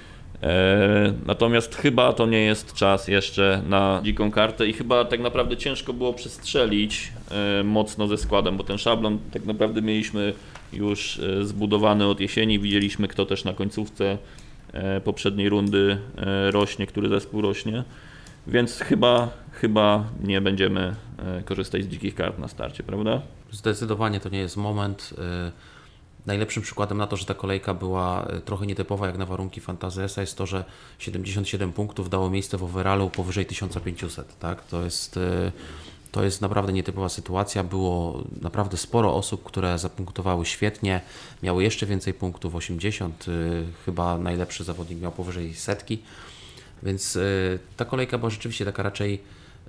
Natomiast chyba to nie jest czas jeszcze na dziką kartę i chyba tak naprawdę ciężko było przestrzelić mocno ze składem, bo ten szablon tak naprawdę mieliśmy już zbudowany od jesieni, widzieliśmy kto też na końcówce poprzedniej rundy rośnie, który zespół rośnie, więc chyba, chyba nie będziemy korzystać z dzikich kart na starcie, prawda? Zdecydowanie to nie jest moment. Najlepszym przykładem na to, że ta kolejka była trochę nietypowa jak na warunki Fantasy S A jest to, że siedemdziesiąt siedem punktów dało miejsce w overallu powyżej tysiąc pięćset. Tak? To jest, to jest naprawdę nietypowa sytuacja. Było naprawdę sporo osób, które zapunktowały świetnie, miały jeszcze więcej punktów, osiemdziesiąt. Chyba najlepszy zawodnik miał powyżej setki. Więc ta kolejka była rzeczywiście taka raczej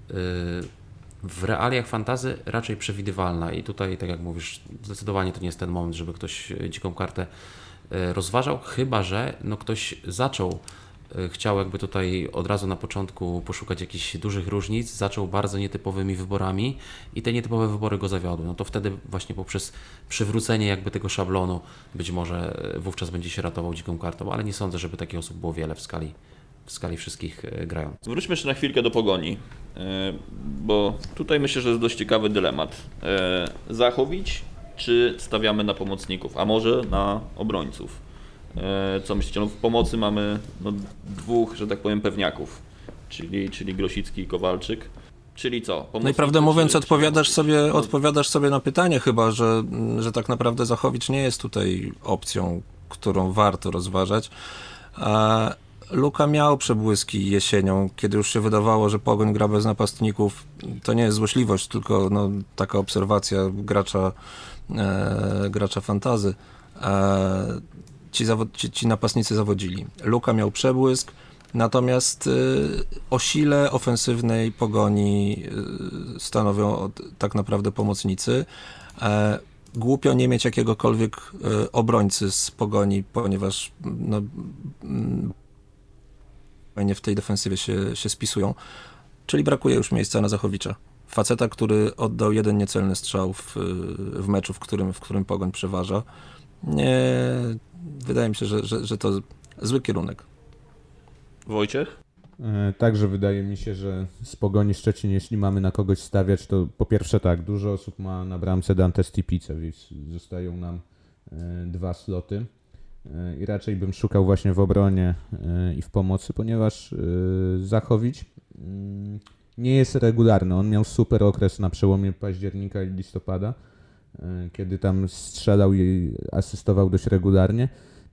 w realiach fantasy raczej przewidywalna i tutaj, tak jak mówisz, zdecydowanie to nie jest ten moment, żeby ktoś dziką kartę rozważał, chyba że no ktoś zaczął, chciał jakby tutaj od razu na początku poszukać jakichś dużych różnic, zaczął bardzo nietypowymi wyborami i te nietypowe wybory go zawiodły. No to wtedy właśnie poprzez przywrócenie jakby tego szablonu być może wówczas będzie się ratował dziką kartą, ale nie sądzę, żeby takich osób było wiele w skali w skali wszystkich grających. Wróćmy jeszcze na chwilkę do Pogoni, bo tutaj myślę, że jest dość ciekawy dylemat. Zachowić, czy stawiamy na pomocników, a może na obrońców? Co myślicie? No w pomocy mamy no, dwóch, że tak powiem, pewniaków, czyli, czyli Grosicki i Kowalczyk. Czyli co? No i prawdę mówiąc, czy, odpowiadasz, czy sobie, no. odpowiadasz sobie na pytanie chyba, że, że tak naprawdę Zachowicz nie jest tutaj opcją, którą warto rozważać. A Luka miał przebłyski jesienią, kiedy już się wydawało, że Pogoń gra bez napastników. To nie jest złośliwość, tylko no, taka obserwacja gracza, e, gracza fantazy. E, ci, zawod, ci, ci napastnicy zawodzili. Luka miał przebłysk, natomiast e, o sile ofensywnej Pogoni e, stanowią od, tak naprawdę pomocnicy. E, Głupio nie mieć jakiegokolwiek e, obrońcy z Pogoni, ponieważ no, fajnie w tej defensywie się, się spisują. Czyli brakuje już miejsca na Zachowicza. Faceta, który oddał jeden niecelny strzał w, w meczu, w którym, w którym Pogoń przeważa. Nie, wydaje mi się, że, że, że to zły kierunek. Wojciech? Także wydaje mi się, że z Pogoni Szczecin, jeśli mamy na kogoś stawiać, to po pierwsze tak, dużo osób ma na bramce Dante Stipice, więc zostają nam dwa sloty. I raczej bym szukał właśnie w obronie i w pomocy, ponieważ Zachowicz nie jest regularny. On miał super okres na przełomie października i listopada, kiedy tam strzelał i asystował dość regularnie.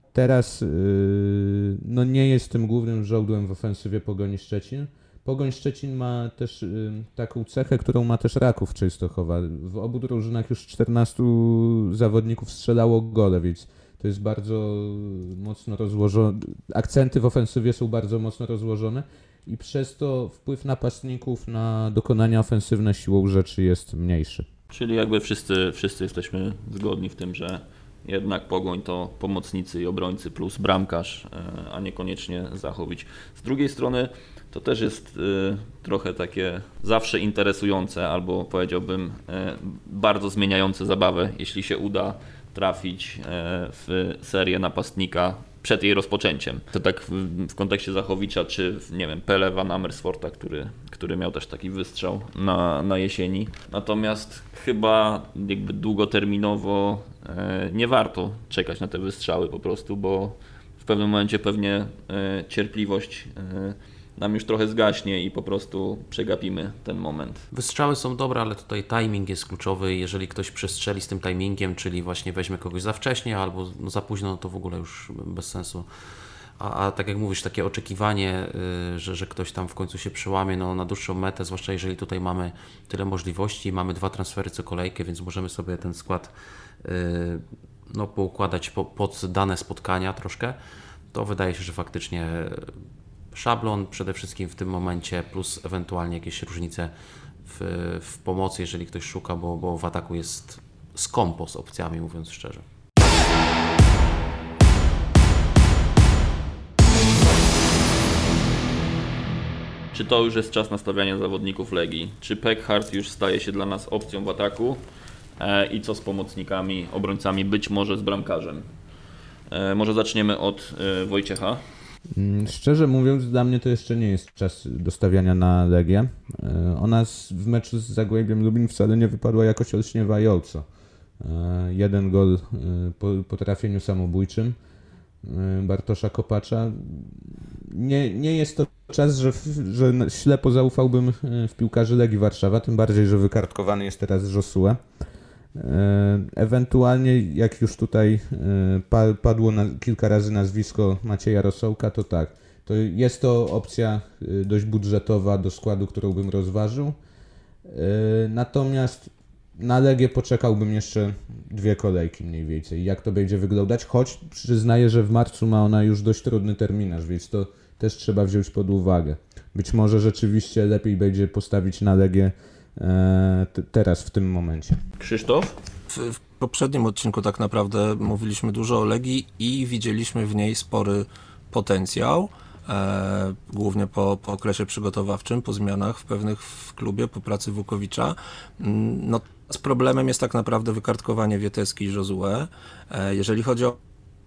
teraz yy, no nie jest tym głównym żołdłem w ofensywie Pogoni Szczecin. Pogoń Szczecin ma też y, taką cechę, którą ma też Raków Częstochowa. W obu drużynach już czternastu zawodników strzelało gole, więc to jest bardzo mocno rozłożone. Akcenty w ofensywie są bardzo mocno rozłożone i przez to wpływ napastników na dokonania ofensywne siłą rzeczy jest mniejszy. Czyli jakby wszyscy, wszyscy jesteśmy zgodni w tym, że jednak Pogoń to pomocnicy i obrońcy plus bramkarz, a niekoniecznie Zachowicz. Z drugiej strony to też jest y, trochę takie zawsze interesujące, albo powiedziałbym y, bardzo zmieniające zabawę, jeśli się uda trafić y, w serię napastnika przed jej rozpoczęciem. To tak w, w kontekście Zachowicza, czy nie wiem, Pele Van Amersfoorta, który, który miał też taki wystrzał na, na jesieni. Natomiast chyba jakby długoterminowo y, nie warto czekać na te wystrzały po prostu, bo w pewnym momencie pewnie y, cierpliwość y, nam już trochę zgaśnie i po prostu przegapimy ten moment. Wystrzały są dobre, ale tutaj timing jest kluczowy. Jeżeli ktoś przestrzeli z tym timingiem, czyli właśnie weźmie kogoś za wcześnie albo no za późno, no to w ogóle już bez sensu. A, a tak jak mówisz, takie oczekiwanie, yy, że, że ktoś tam w końcu się przełamie no, na dłuższą metę, zwłaszcza jeżeli tutaj mamy tyle możliwości, mamy dwa transfery co kolejkę, więc możemy sobie ten skład yy, no, poukładać po, pod dane spotkania troszkę, to wydaje się, że faktycznie szablon przede wszystkim w tym momencie, plus ewentualnie jakieś różnice w, w pomocy, jeżeli ktoś szuka, bo, bo w ataku jest skąpo z opcjami, mówiąc szczerze. Czy to już jest czas nastawiania zawodników Legii? Czy Peckhardt już staje się dla nas opcją w ataku? E, I co z pomocnikami, obrońcami, być może z bramkarzem? E, może zaczniemy od e, Wojciecha. Szczerze mówiąc, dla mnie to jeszcze nie jest czas do stawiania na Legię. Ona w meczu z Zagłębiem Lubin wcale nie wypadła jakoś olśniewająco. Jeden gol po, po trafieniu samobójczym Bartosza Kopacza. Nie, nie jest to czas, że, że ślepo zaufałbym w piłkarzy Legii Warszawa, tym bardziej, że wykartkowany jest teraz Josue. Ewentualnie, jak już tutaj padło na, kilka razy nazwisko Macieja Rosołka, to tak, to jest to opcja dość budżetowa do składu, którą bym rozważył. Natomiast na Legię poczekałbym jeszcze dwie kolejki mniej więcej, jak to będzie wyglądać, choć przyznaję, że w marcu ma ona już dość trudny terminarz, więc to też trzeba wziąć pod uwagę. Być może rzeczywiście lepiej będzie postawić na Legię T- teraz, w tym momencie. Krzysztof? W, w poprzednim odcinku tak naprawdę mówiliśmy dużo o Legii i widzieliśmy w niej spory potencjał, e, głównie po, po okresie przygotowawczym, po zmianach w pewnych w klubie, po pracy Wukowicza. No, z problemem jest tak naprawdę wykartkowanie Wieteski i Josue. E, jeżeli chodzi o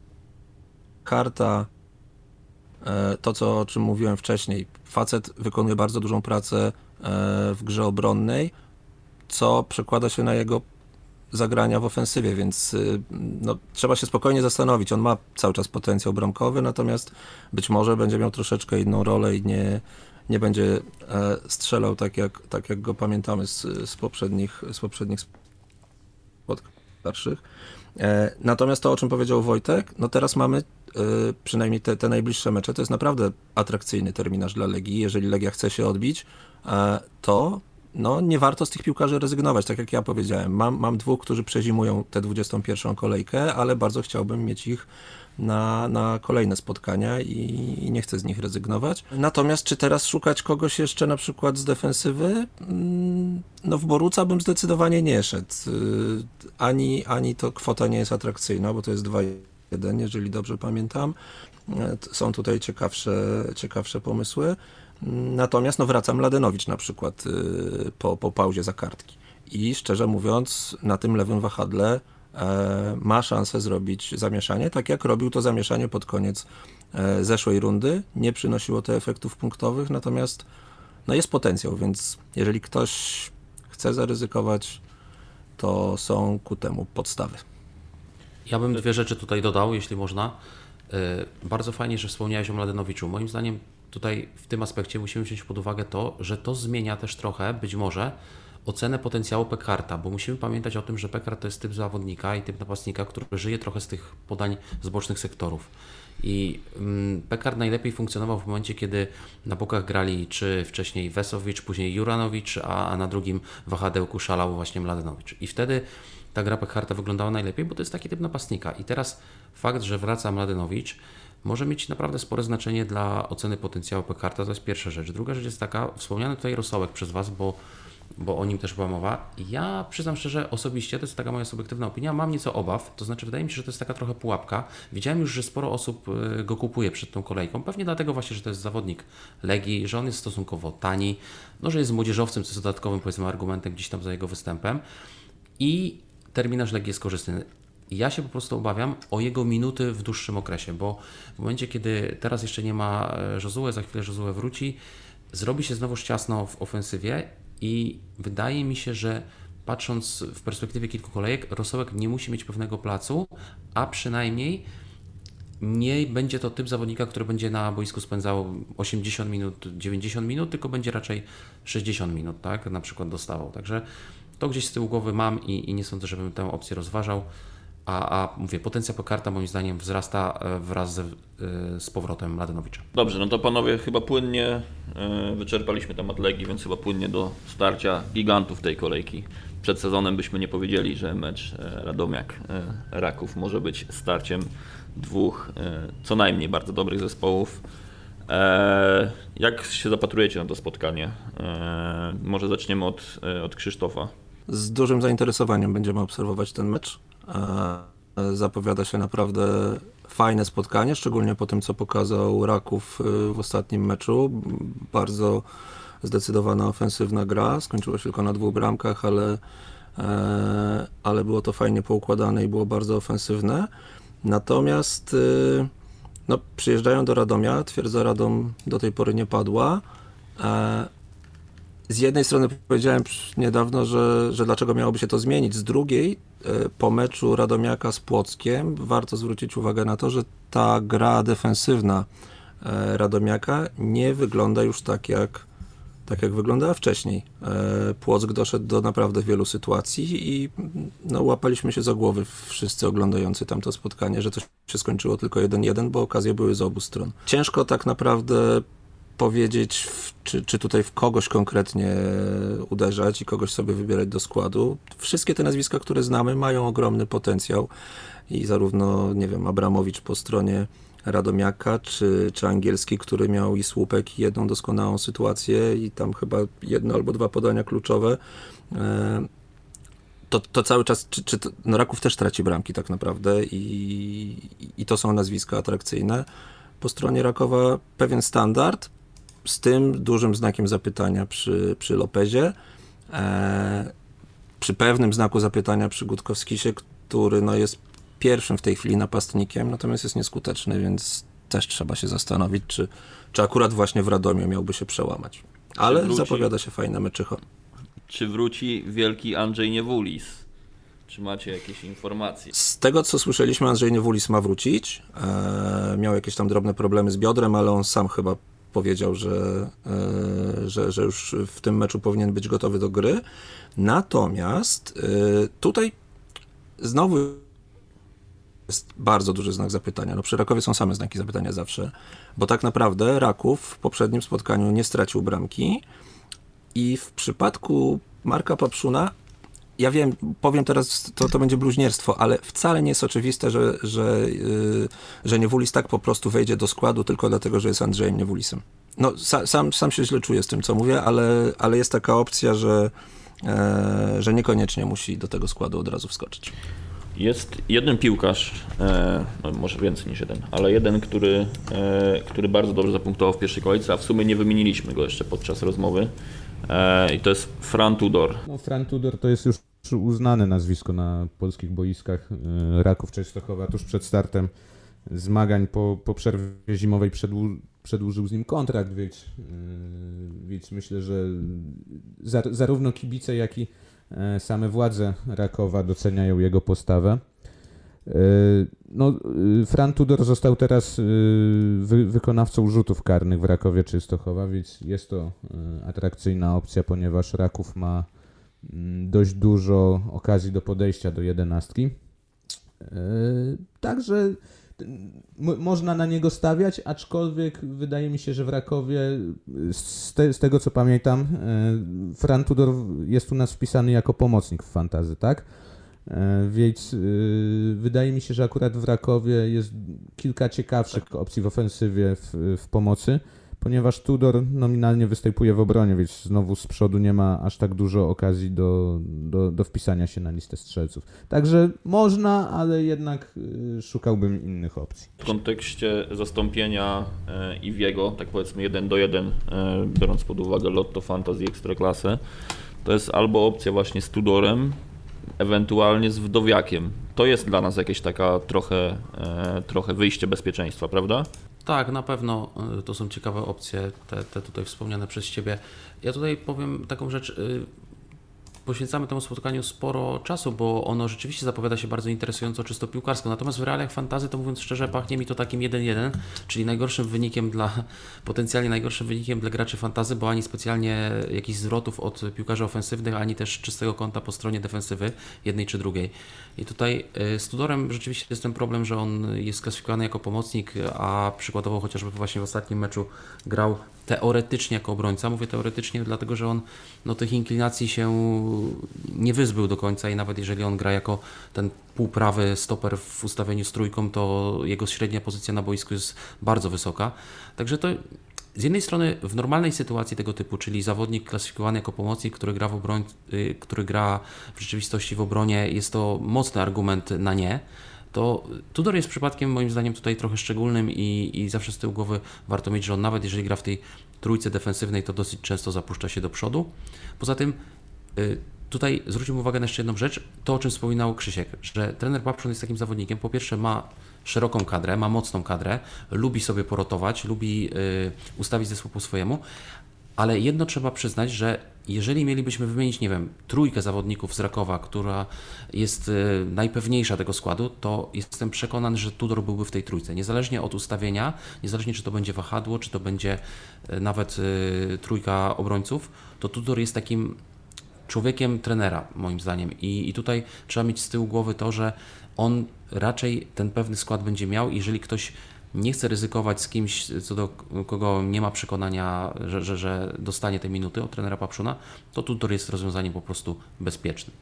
karta, e, to co, o czym mówiłem wcześniej, facet wykonuje bardzo dużą pracę w grze obronnej, co przekłada się na jego zagrania w ofensywie, więc no, trzeba się spokojnie zastanowić. On ma cały czas potencjał bramkowy, natomiast być może będzie miał troszeczkę inną rolę i nie, nie będzie strzelał tak jak, tak jak go pamiętamy z, z poprzednich, z poprzednich spotkań starszych. Natomiast to, o czym powiedział Wojtek, no teraz mamy przynajmniej te, te najbliższe mecze, to jest naprawdę atrakcyjny terminarz dla Legii. Jeżeli Legia chce się odbić, to no, nie warto z tych piłkarzy rezygnować, tak jak ja powiedziałem. Mam, mam dwóch, którzy przezimują tę dwudziestą pierwszą kolejkę, ale bardzo chciałbym mieć ich na, na kolejne spotkania i, i nie chcę z nich rezygnować. Natomiast czy teraz szukać kogoś jeszcze na przykład z defensywy? No w Boruca bym zdecydowanie nie szedł. Ani, ani to kwota nie jest atrakcyjna, bo to jest dwa jeden, jeżeli dobrze pamiętam. Są tutaj ciekawsze, ciekawsze pomysły. Natomiast no wraca Mladenowicz na przykład yy, po, po pauzie za kartki. I szczerze mówiąc, na tym lewym wahadle e, ma szansę zrobić zamieszanie, tak jak robił to zamieszanie pod koniec e, zeszłej rundy. Nie przynosiło to efektów punktowych, natomiast no jest potencjał, więc jeżeli ktoś chce zaryzykować, to są ku temu podstawy. Ja bym dwie rzeczy tutaj dodał, jeśli można. Yy, bardzo fajnie, że wspomniałeś o Mladenowiczu. Moim zdaniem tutaj w tym aspekcie musimy wziąć pod uwagę to, że to zmienia też trochę, być może, ocenę potencjału Pekharta, bo musimy pamiętać o tym, że Pekhart to jest typ zawodnika i typ napastnika, który żyje trochę z tych podań z bocznych sektorów. I mm, Pekhart najlepiej funkcjonował w momencie, kiedy na bokach grali czy wcześniej Vesowicz, później Juranowicz, a, a na drugim wahadełku szalał właśnie Mladenowicz. I wtedy ta gra Pekharta wyglądała najlepiej, bo to jest taki typ napastnika. I teraz fakt, że wraca Mladenowicz, może mieć naprawdę spore znaczenie dla oceny potencjału Pekharta, to jest pierwsza rzecz. Druga rzecz jest taka, wspomniany tutaj Rosołek przez Was, bo, bo o nim też była mowa. Ja przyznam szczerze, osobiście, to jest taka moja subiektywna opinia, mam nieco obaw, to znaczy wydaje mi się, że to jest taka trochę pułapka. Widziałem już, że sporo osób go kupuje przed tą kolejką, pewnie dlatego właśnie, że to jest zawodnik Legii, że on jest stosunkowo tani, no, że jest młodzieżowcem, co jest dodatkowym, powiedzmy, argumentem gdzieś tam za jego występem i terminarz Legii jest korzystny. Ja się po prostu obawiam o jego minuty w dłuższym okresie, bo w momencie, kiedy teraz jeszcze nie ma Josue, za chwilę Josue wróci, zrobi się znowuż ciasno w ofensywie i wydaje mi się, że patrząc w perspektywie kilku kolejek, Rosołek nie musi mieć pewnego placu, a przynajmniej nie będzie to typ zawodnika, który będzie na boisku spędzał osiemdziesiąt minut, dziewięćdziesiąt minut, tylko będzie raczej sześćdziesiąt minut, tak, na przykład dostawał. Także to gdzieś z tyłu głowy mam i, i nie sądzę, żebym tę opcję rozważał. A, a mówię, potencjał Pekharta moim zdaniem wzrasta wraz z, z powrotem Mladenowicza. Dobrze, no to panowie chyba płynnie y, wyczerpaliśmy temat Legii, więc chyba płynnie do starcia gigantów tej kolejki. Przed sezonem byśmy nie powiedzieli, że mecz Radomiak-Raków może być starciem dwóch y, co najmniej bardzo dobrych zespołów. E, jak się zapatrujecie na to spotkanie? E, może zaczniemy od, od Krzysztofa. Z dużym zainteresowaniem będziemy obserwować ten mecz. Zapowiada się naprawdę fajne spotkanie, szczególnie po tym, co pokazał Raków w ostatnim meczu. Bardzo zdecydowana ofensywna gra, skończyło się tylko na dwóch bramkach, ale, ale było to fajnie poukładane i było bardzo ofensywne. Natomiast no, przyjeżdżają do Radomia, twierdza Radom do tej pory nie padła. Z jednej strony powiedziałem niedawno, że, że dlaczego miałoby się to zmienić, z drugiej po meczu Radomiaka z Płockiem warto zwrócić uwagę na to, że ta gra defensywna Radomiaka nie wygląda już tak jak, tak jak wyglądała wcześniej. Płock doszedł do naprawdę wielu sytuacji i no, łapaliśmy się za głowy wszyscy oglądający tamto spotkanie, że to się skończyło tylko jeden jeden, bo okazje były z obu stron. Ciężko tak naprawdę powiedzieć, w, czy, czy tutaj w kogoś konkretnie uderzać i kogoś sobie wybierać do składu. Wszystkie te nazwiska, które znamy, mają ogromny potencjał i zarówno, nie wiem, Abramowicz po stronie Radomiaka, czy, czy Angielski, który miał i słupek, i jedną doskonałą sytuację i tam chyba jedno albo dwa podania kluczowe. To, to cały czas, czy, czy to, no Raków też traci bramki tak naprawdę i, i to są nazwiska atrakcyjne. Po stronie Rakowa pewien standard, z tym dużym znakiem zapytania przy, przy Lopezie, e, przy pewnym znaku zapytania przy Gutkowskisie, który no, jest pierwszym w tej chwili napastnikiem, natomiast jest nieskuteczny, więc też trzeba się zastanowić, czy, czy akurat właśnie w Radomiu miałby się przełamać. Ale wróci, zapowiada się fajne meczycho. Czy wróci wielki Andrzej Niewulis? Czy macie jakieś informacje? Z tego, co słyszeliśmy, Andrzej Niewulis ma wrócić. E, miał jakieś tam drobne problemy z biodrem, ale on sam chyba powiedział, że, e, że, że już w tym meczu powinien być gotowy do gry. Natomiast e, tutaj znowu jest bardzo duży znak zapytania. No przy Rakowie są same znaki zapytania zawsze, bo tak naprawdę Raków w poprzednim spotkaniu nie stracił bramki i w przypadku Marka Papszuna, ja wiem, powiem teraz, to, to będzie bluźnierstwo, ale wcale nie jest oczywiste, że, że, yy, że Niewulis tak po prostu wejdzie do składu tylko dlatego, że jest Andrzejem Niewulisem. No, sa, sam, sam się źle czuję z tym, co mówię, ale, ale jest taka opcja, że, e, że niekoniecznie musi do tego składu od razu wskoczyć. Jest jeden piłkarz, e, no może więcej niż jeden, ale jeden, który, e, który bardzo dobrze zapunktował w pierwszej kolejce, a w sumie nie wymieniliśmy go jeszcze podczas rozmowy. E, I to jest Fran Tudor. No, Fran Tudor to jest już uznane nazwisko na polskich boiskach. Raków Częstochowa tuż przed startem zmagań po, po przerwie zimowej przedłu, przedłużył z nim kontrakt, więc, więc myślę, że za, zarówno kibice, jak i same władze Rakowa doceniają jego postawę. No, Fran Tudor został teraz wy, wykonawcą rzutów karnych w Rakowie Częstochowa, więc jest to atrakcyjna opcja, ponieważ Raków ma dość dużo okazji do podejścia do jedenastki. Także m- można na niego stawiać, aczkolwiek wydaje mi się, że w Rakowie, z, te, z tego co pamiętam, Fran Tudor jest u nas wpisany jako pomocnik w fantasy, tak? Więc yy, wydaje mi się, że akurat w Rakowie jest kilka ciekawszych tak. opcji w ofensywie w, w pomocy, ponieważ Tudor nominalnie występuje w obronie, więc znowu z przodu nie ma aż tak dużo okazji do, do, do wpisania się na listę strzelców. Także można, ale jednak yy, szukałbym innych opcji. W kontekście zastąpienia e, Iwiego, tak powiedzmy jeden do jeden, e, biorąc pod uwagę Lotto Fantasy Ekstraklasę, to jest albo opcja właśnie z Tudorem, ewentualnie z Wdowiakiem. To jest dla nas jakieś taka trochę, e, trochę wyjście bezpieczeństwa, prawda? Tak, na pewno to są ciekawe opcje, te, te tutaj wspomniane przez Ciebie. Ja tutaj powiem taką rzecz, poświęcamy temu spotkaniu sporo czasu, bo ono rzeczywiście zapowiada się bardzo interesująco czysto piłkarsko, natomiast w realiach fantasy, to mówiąc szczerze, pachnie mi to takim jeden jeden, czyli najgorszym wynikiem dla, potencjalnie najgorszym wynikiem dla graczy fantasy, bo ani specjalnie jakichś zwrotów od piłkarzy ofensywnych, ani też czystego kąta po stronie defensywy, jednej czy drugiej. I tutaj z Tudorem rzeczywiście jest ten problem, że on jest klasyfikowany jako pomocnik, a przykładowo chociażby właśnie w ostatnim meczu grał teoretycznie jako obrońca. Mówię teoretycznie, dlatego że on no, tych inklinacji się nie wyzbył do końca i nawet jeżeli on gra jako ten półprawy stoper w ustawieniu z trójką, to jego średnia pozycja na boisku jest bardzo wysoka. Także to z jednej strony w normalnej sytuacji tego typu, czyli zawodnik klasyfikowany jako pomocnik, który gra w, obroń, który gra w rzeczywistości w obronie, jest to mocny argument na nie, to Tudor jest przypadkiem moim zdaniem tutaj trochę szczególnym i, i zawsze z tyłu głowy warto mieć, że on nawet jeżeli gra w tej trójce defensywnej, to dosyć często zapuszcza się do przodu. Poza tym y, tutaj zwróćmy uwagę na jeszcze jedną rzecz, to o czym wspominał Krzysiek, że trener Papszun jest takim zawodnikiem, po pierwsze ma szeroką kadrę, ma mocną kadrę, lubi sobie porotować, lubi y, ustawić zespół po swojemu, ale jedno trzeba przyznać, że jeżeli mielibyśmy wymienić, nie wiem, trójkę zawodników z Rakowa, która jest y, najpewniejsza tego składu, to jestem przekonany, że Tudor byłby w tej trójce. Niezależnie od ustawienia, niezależnie czy to będzie wahadło, czy to będzie y, nawet y, trójka obrońców, to Tudor jest takim człowiekiem trenera, moim zdaniem. I, I tutaj trzeba mieć z tyłu głowy to, że on raczej ten pewny skład będzie miał. Jeżeli ktoś nie chce ryzykować z kimś, co do kogo nie ma przekonania, że, że, że dostanie te minuty od trenera Papszuna, to Tudor jest rozwiązaniem po prostu bezpiecznym.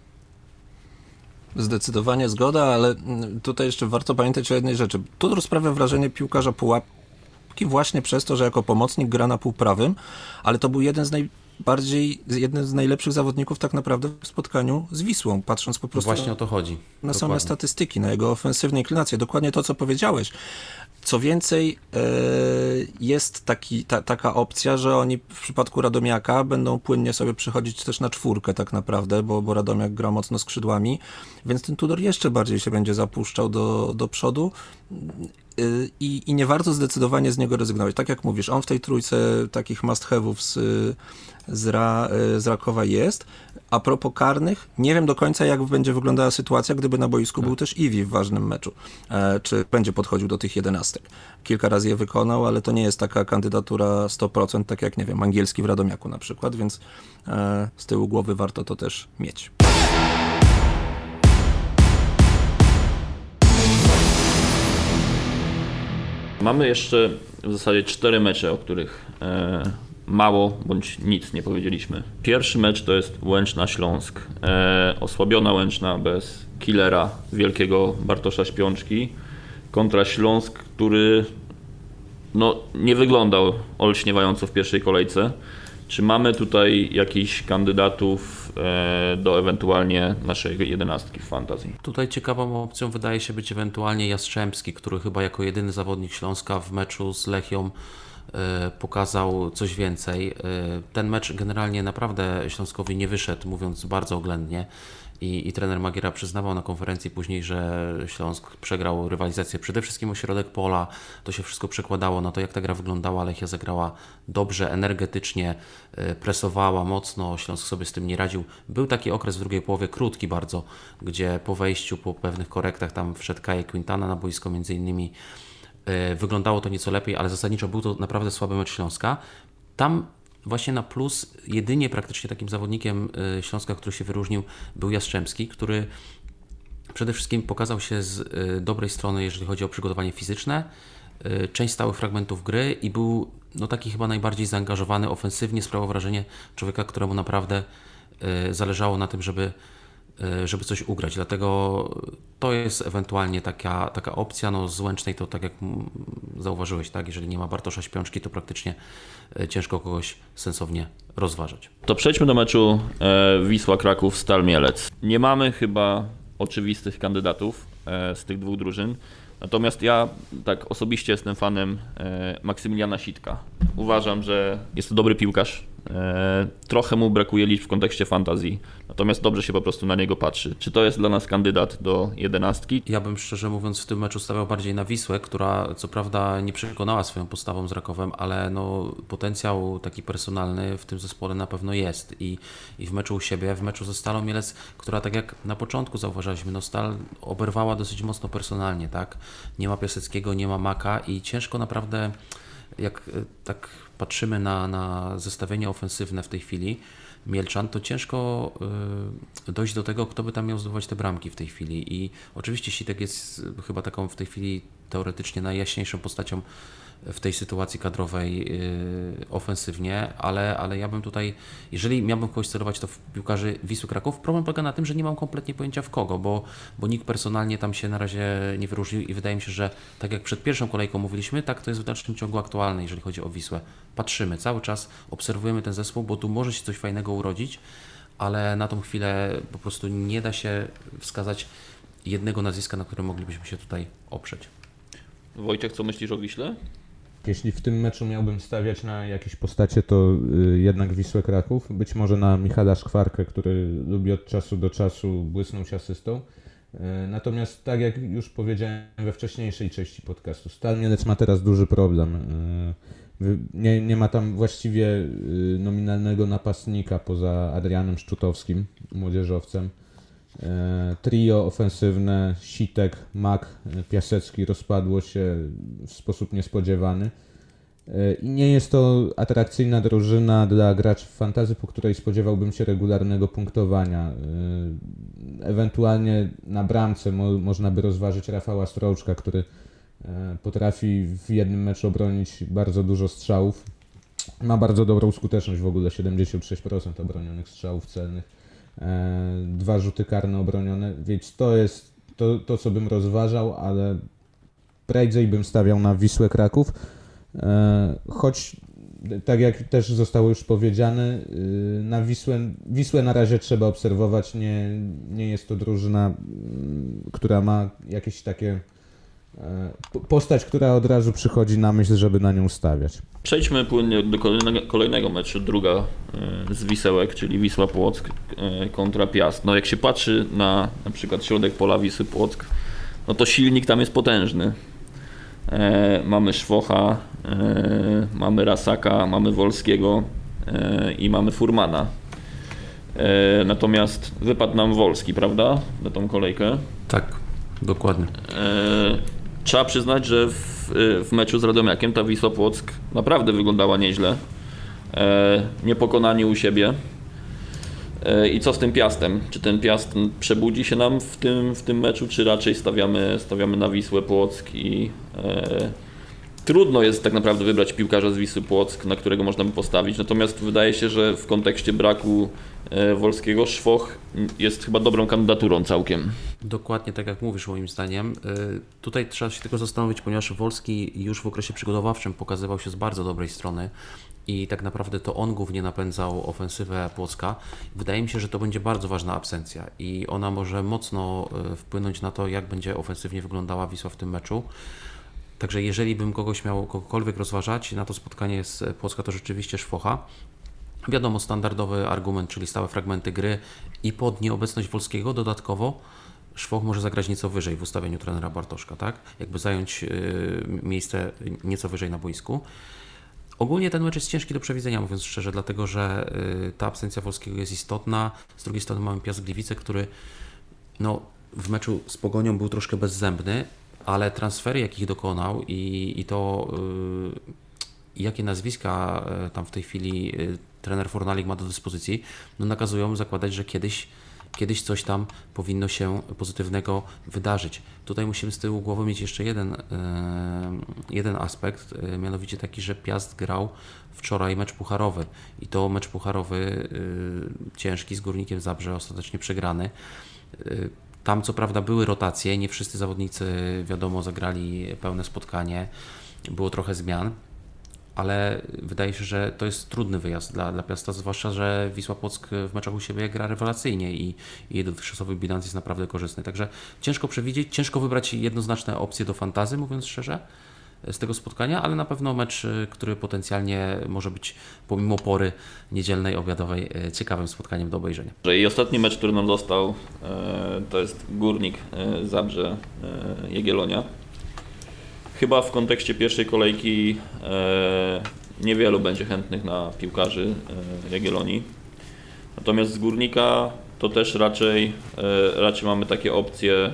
Zdecydowanie zgoda, ale tutaj jeszcze warto pamiętać o jednej rzeczy. Tudor sprawia wrażenie piłkarza pułapki właśnie przez to, że jako pomocnik gra na półprawym, ale to był jeden z naj bardziej jeden z najlepszych zawodników tak naprawdę w spotkaniu z Wisłą, patrząc po prostu właśnie o to chodzi. na Dokładnie. same statystyki, na jego ofensywne inklinacje. Dokładnie to, co powiedziałeś. Co więcej, e, jest taki, ta, taka opcja, że oni w przypadku Radomiaka będą płynnie sobie przychodzić też na czwórkę tak naprawdę, bo, bo Radomiak gra mocno skrzydłami, więc ten Tudor jeszcze bardziej się będzie zapuszczał do, do przodu. I, i nie warto zdecydowanie z niego rezygnować. Tak jak mówisz, on w tej trójce takich must-have'ów z, z, Ra, z Rakowa jest. A propos karnych, nie wiem do końca, jak będzie wyglądała sytuacja, gdyby na boisku był też Iwi w ważnym meczu. E, czy będzie podchodził do tych jedenastek. Kilka razy je wykonał, ale to nie jest taka kandydatura sto procent, tak jak, nie wiem, Angielski w Radomiaku na przykład, więc e, z tyłu głowy warto to też mieć. Mamy jeszcze w zasadzie cztery mecze, o których e, mało bądź nic nie powiedzieliśmy. Pierwszy mecz to jest Łęczna-Śląsk. E, osłabiona Łęczna bez killera wielkiego Bartosza Śpiączki kontra Śląsk, który no, nie wyglądał olśniewająco w pierwszej kolejce. Czy mamy tutaj jakichś kandydatów e, do ewentualnie naszej jedenastki w fantazji? Tutaj ciekawą opcją wydaje się być ewentualnie Jastrzębski, który chyba jako jedyny zawodnik Śląska w meczu z Lechią e, pokazał coś więcej. E, ten mecz generalnie naprawdę Śląskowi nie wyszedł, mówiąc bardzo oględnie. I, I trener Magiera przyznawał na konferencji później, że Śląsk przegrał rywalizację przede wszystkim o środek pola. To się wszystko przekładało na to, jak ta gra wyglądała. Lechia zagrała dobrze, energetycznie, presowała mocno. Śląsk sobie z tym nie radził. Był taki okres w drugiej połowie, krótki bardzo, gdzie po wejściu, po pewnych korektach tam wszedł Kaje Quintana na boisko między innymi. Wyglądało to nieco lepiej, ale zasadniczo był to naprawdę słaby mecz Śląska. Tam właśnie na plus jedynie praktycznie takim zawodnikiem Śląska, który się wyróżnił, był Jastrzębski, który przede wszystkim pokazał się z dobrej strony, jeżeli chodzi o przygotowanie fizyczne, część stałych fragmentów gry i był no, taki chyba najbardziej zaangażowany ofensywnie, sprawiał wrażenie człowieka, któremu naprawdę zależało na tym, żeby, żeby coś ugrać. Dlatego to jest ewentualnie taka, taka opcja. No, z Łęcznej to tak jak zauważyłeś, tak? Jeżeli nie ma Bartosza Śpiączki, to praktycznie ciężko kogoś sensownie rozważać. To przejdźmy do meczu e, Wisła Kraków Stal Mielec. Nie mamy chyba oczywistych kandydatów e, z tych dwóch drużyn. Natomiast ja tak osobiście jestem fanem e, Maksymiliana Sitka. Uważam, że jest to dobry piłkarz. E, trochę mu brakuje liczb w kontekście fantazji, natomiast dobrze się po prostu na niego patrzy. Czy to jest dla nas kandydat do jedenastki? Ja bym szczerze mówiąc w tym meczu stawiał bardziej na Wisłę, która co prawda nie przekonała swoją postawą z Rakowem, ale no, potencjał taki personalny w tym zespole na pewno jest. I, i w meczu u siebie, w meczu ze Stalą Mielec, która tak jak na początku zauważyliśmy, no Stal oberwała dosyć mocno personalnie, tak? Nie ma Piaseckiego, nie ma Maka i ciężko naprawdę, jak tak patrzymy na, na zestawienie ofensywne w tej chwili Mielczan, to ciężko y, dojść do tego, kto by tam miał zdobywać te bramki w tej chwili. I oczywiście Sitek jest chyba taką w tej chwili teoretycznie najjaśniejszą postacią w tej sytuacji kadrowej yy, ofensywnie, ale, ale ja bym tutaj, jeżeli miałbym kogoś celować, to w piłkarzy Wisły Kraków. Problem polega na tym, że nie mam kompletnie pojęcia w kogo, bo, bo nikt personalnie tam się na razie nie wyróżnił i wydaje mi się, że tak jak przed pierwszą kolejką mówiliśmy, tak to jest w dalszym ciągu aktualne, jeżeli chodzi o Wisłę. Patrzymy, cały czas obserwujemy ten zespół, bo tu może się coś fajnego urodzić, ale na tą chwilę po prostu nie da się wskazać jednego nazwiska, na które moglibyśmy się tutaj oprzeć. Wojciech, co myślisz o Wiśle? Jeśli w tym meczu miałbym stawiać na jakieś postacie, to y, jednak Wisłę Kraków. Być może na Michała Szkwarkę, który lubi od czasu do czasu błysnąć asystą. Y, natomiast tak jak już powiedziałem we wcześniejszej części podcastu, Stal Mielec ma teraz duży problem. Y, nie, nie ma tam właściwie y, nominalnego napastnika poza Adrianem Szczutowskim, młodzieżowcem. Trio ofensywne, Sitek, Mak, Piasecki rozpadło się w sposób niespodziewany i nie jest to atrakcyjna drużyna dla graczy w fantasy, po której spodziewałbym się regularnego punktowania. Ewentualnie na bramce mo- można by rozważyć Rafała Strołczka, który potrafi w jednym meczu obronić bardzo dużo strzałów. Ma bardzo dobrą skuteczność, w ogóle siedemdziesiąt sześć procent obronionych strzałów celnych. Dwa rzuty karne obronione, więc to jest to, to, co bym rozważał, ale prędzej bym stawiał na Wisłę Kraków, choć tak jak też zostało już powiedziane, na Wisłę, Wisłę na razie trzeba obserwować, nie, nie jest to drużyna, która ma jakieś takie postać, która od razu przychodzi na myśl, żeby na nią stawiać. Przejdźmy płynnie do kolejnego, kolejnego meczu, druga z Wisełek, czyli Wisła Płock kontra Piast. No jak się patrzy na na przykład środek pola Wisły Płock, no to silnik tam jest potężny. E, mamy Szwocha, e, mamy Rasaka, mamy Wolskiego e, i mamy Furmana. E, natomiast wypadł nam Wolski, prawda, na tą kolejkę? Tak, dokładnie. E, trzeba przyznać, że w, w meczu z Radomiakiem ta Wisła Płock naprawdę wyglądała nieźle. E, niepokonani u siebie. E, I co z tym Piastem? Czy ten Piast przebudzi się nam w tym, w tym meczu, czy raczej stawiamy, stawiamy na Wisłę Płock i e, trudno jest tak naprawdę wybrać piłkarza z Wisły Płock, na którego można by postawić, natomiast wydaje się, że w kontekście braku e, Wolskiego Szwoch jest chyba dobrą kandydaturą całkiem. Dokładnie tak jak mówisz, moim zdaniem. Yy, tutaj trzeba się tylko zastanowić, ponieważ Wolski już w okresie przygotowawczym pokazywał się z bardzo dobrej strony i tak naprawdę to on głównie napędzał ofensywę Płocka. Wydaje mi się, że to będzie bardzo ważna absencja i ona może mocno yy, wpłynąć na to, jak będzie ofensywnie wyglądała Wisła w tym meczu. Także jeżeli bym kogoś miał kogokolwiek rozważać na to spotkanie z Płocka, to rzeczywiście Szwocha. Wiadomo, standardowy argument, czyli stałe fragmenty gry i pod nieobecność Wolskiego dodatkowo Szwoch może zagrać nieco wyżej w ustawieniu trenera Bartoszka, tak? Jakby zająć yy, miejsce nieco wyżej na boisku. Ogólnie ten mecz jest ciężki do przewidzenia, mówiąc szczerze, dlatego że yy, ta absencja Wolskiego jest istotna. Z drugiej strony mamy Piast Gliwice, który no, w meczu z Pogonią był troszkę bezzębny, ale transfery, jakich dokonał i, i to yy, i jakie nazwiska tam w tej chwili trener Fornalik ma do dyspozycji, no nakazują zakładać, że kiedyś, kiedyś coś tam powinno się pozytywnego wydarzyć. Tutaj musimy z tyłu głowy mieć jeszcze jeden, jeden aspekt, mianowicie taki, że Piast grał wczoraj mecz pucharowy i to mecz pucharowy ciężki z Górnikiem Zabrze, ostatecznie przegrany. Tam co prawda były rotacje, nie wszyscy zawodnicy wiadomo zagrali pełne spotkanie, było trochę zmian, ale wydaje się, że to jest trudny wyjazd dla, dla Piasta, zwłaszcza, że Wisła Płock w meczach u siebie gra rewelacyjnie i, i jej dotychczasowy bilans jest naprawdę korzystny. Także ciężko przewidzieć, ciężko wybrać jednoznaczne opcje do fantazy, mówiąc szczerze, z tego spotkania, ale na pewno mecz, który potencjalnie może być pomimo pory niedzielnej, obiadowej ciekawym spotkaniem do obejrzenia. I ostatni mecz, który nam został, to jest Górnik Zabrze Jagiellonia. Chyba w kontekście pierwszej kolejki niewielu będzie chętnych na piłkarzy Jagiellonii. Natomiast z Górnika to też raczej, raczej mamy takie opcje,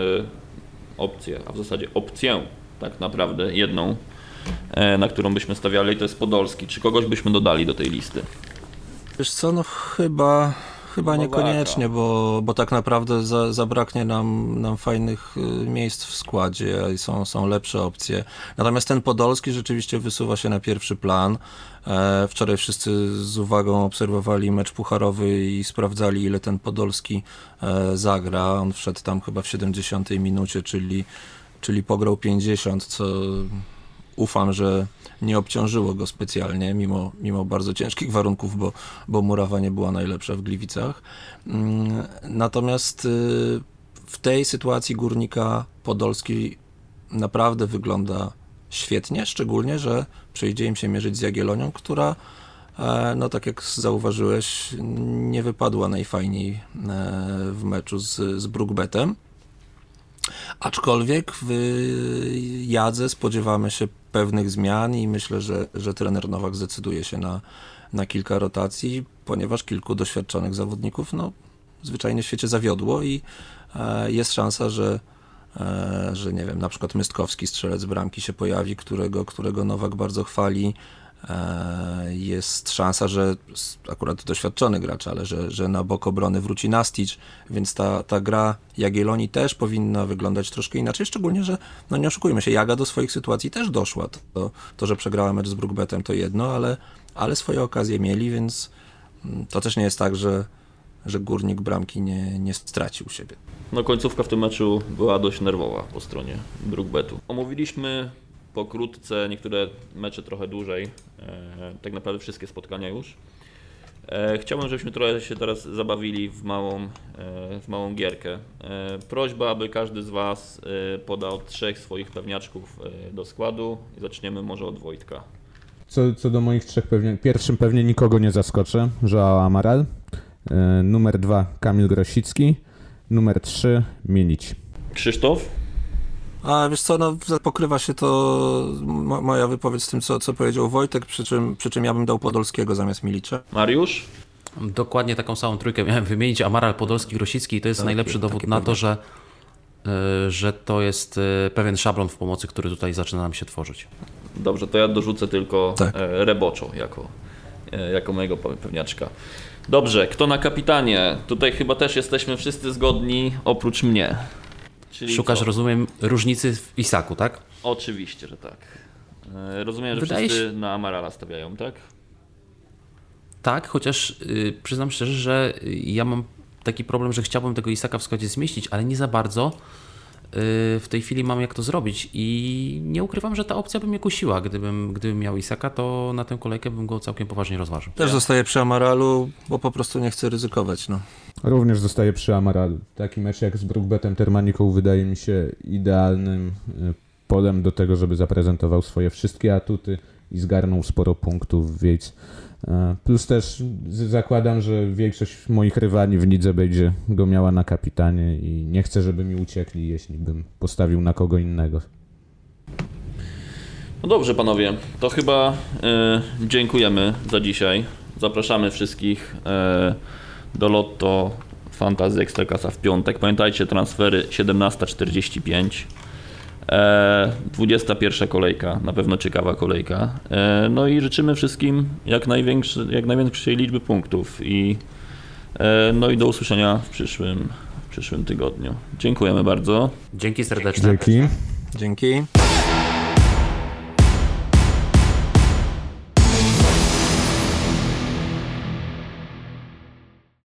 opcje, a w zasadzie opcję tak naprawdę jedną, na którą byśmy stawiali, to jest Podolski. Czy kogoś byśmy dodali do tej listy? Wiesz co, no chyba, chyba niekoniecznie, bo, bo tak naprawdę za, zabraknie nam, nam fajnych miejsc w składzie i są, są lepsze opcje. Natomiast ten Podolski rzeczywiście wysuwa się na pierwszy plan. Wczoraj wszyscy z uwagą obserwowali mecz pucharowy i sprawdzali, ile ten Podolski zagra. On wszedł tam chyba w siedemdziesiątej minucie, czyli czyli pograł pięćdziesiąt, co ufam, że nie obciążyło go specjalnie, mimo, mimo bardzo ciężkich warunków, bo, bo murawa nie była najlepsza w Gliwicach. Natomiast w tej sytuacji Górnika Podolski naprawdę wygląda świetnie, szczególnie, że przyjdzie im się mierzyć z Jagiellonią, która, no tak jak zauważyłeś, nie wypadła najfajniej w meczu z, z Brookbetem. Aczkolwiek w Jadze spodziewamy się pewnych zmian i myślę, że, że trener Nowak zdecyduje się na, na kilka rotacji, ponieważ kilku doświadczonych zawodników no, zwyczajnie w świecie zawiodło i e, jest szansa, że, e, że nie wiem, na przykład Mystkowski, strzelec bramki się pojawi, którego, którego Nowak bardzo chwali. Jest szansa, że akurat doświadczony gracz, ale że, że na bok obrony wróci Nastic, więc ta, ta gra Jagiellonii też powinna wyglądać troszkę inaczej, szczególnie, że no nie oszukujmy się, Jaga do swoich sytuacji też doszła. To, to że przegrała mecz z Brookbetem to jedno, ale, ale swoje okazje mieli, więc to też nie jest tak, że, że Górnik bramki nie, nie stracił siebie. No końcówka w tym meczu była dość nerwowa po stronie Brookbetu. Omówiliśmy pokrótce niektóre mecze trochę dłużej, e, tak naprawdę wszystkie spotkania już. E, chciałbym, żebyśmy trochę się teraz zabawili w małą, e, w małą gierkę. E, prośba, aby każdy z Was e, podał trzech swoich pewniaczków e, do składu i zaczniemy może od Wojtka. Co, co do moich trzech pewnie, pierwszym pewnie nikogo nie zaskoczę, Joao Amaral, e, numer dwa Kamil Grosicki, numer trzy Milić. Krzysztof? A wiesz co, no pokrywa się to mo- moja wypowiedź z tym, co, co powiedział Wojtek, przy czym, przy czym ja bym dał Podolskiego zamiast Milicza. Mariusz? Dokładnie taką samą trójkę miałem wymienić, Amaral, Podolski, Grosicki i to jest tak, najlepszy dowód na to, że, że to jest pewien szablon w pomocy, który tutaj zaczyna nam się tworzyć. Dobrze, to ja dorzucę tylko tak. Reboczo jako, jako mojego pewniaczka. Dobrze, kto na kapitanie? Tutaj chyba też jesteśmy wszyscy zgodni, oprócz mnie. Czyli Szukasz, co? rozumiem, różnicy w Isaku, tak? Oczywiście, że tak. Rozumiem, że Wydaje wszyscy się... na Amarala stawiają, tak? Tak, chociaż yy, przyznam szczerze, że ja mam taki problem, że chciałbym tego Isaka w składzie zmieścić, ale nie za bardzo yy, w tej chwili mam jak to zrobić i nie ukrywam, że ta opcja by mnie kusiła. Gdybym, gdybym miał Isaka, to na tę kolejkę bym go całkiem poważnie rozważył. Też zostaję przy Amaralu, bo po prostu nie chcę ryzykować, no. Również zostaję przy Amaralu. Taki mecz jak z Brookbetem Termaniką wydaje mi się idealnym polem do tego, żeby zaprezentował swoje wszystkie atuty i zgarnął sporo punktów, więc plus też zakładam, że większość moich rywali w lidze będzie go miała na kapitanie i nie chcę, żeby mi uciekli, jeśli bym postawił na kogo innego. No dobrze panowie, to chyba y, dziękujemy za dzisiaj. Zapraszamy wszystkich y, do Lotto Fantasy Ekstraklasa w piątek. Pamiętajcie, transfery siedemnasta czterdzieści pięć. E, dwudziesta pierwsza kolejka, na pewno ciekawa kolejka. E, no i życzymy wszystkim jak, największy, jak największej liczby punktów i, e, no i do usłyszenia w przyszłym, w przyszłym tygodniu. Dziękujemy bardzo. Dzięki serdecznie. Dzięki. Dzięki.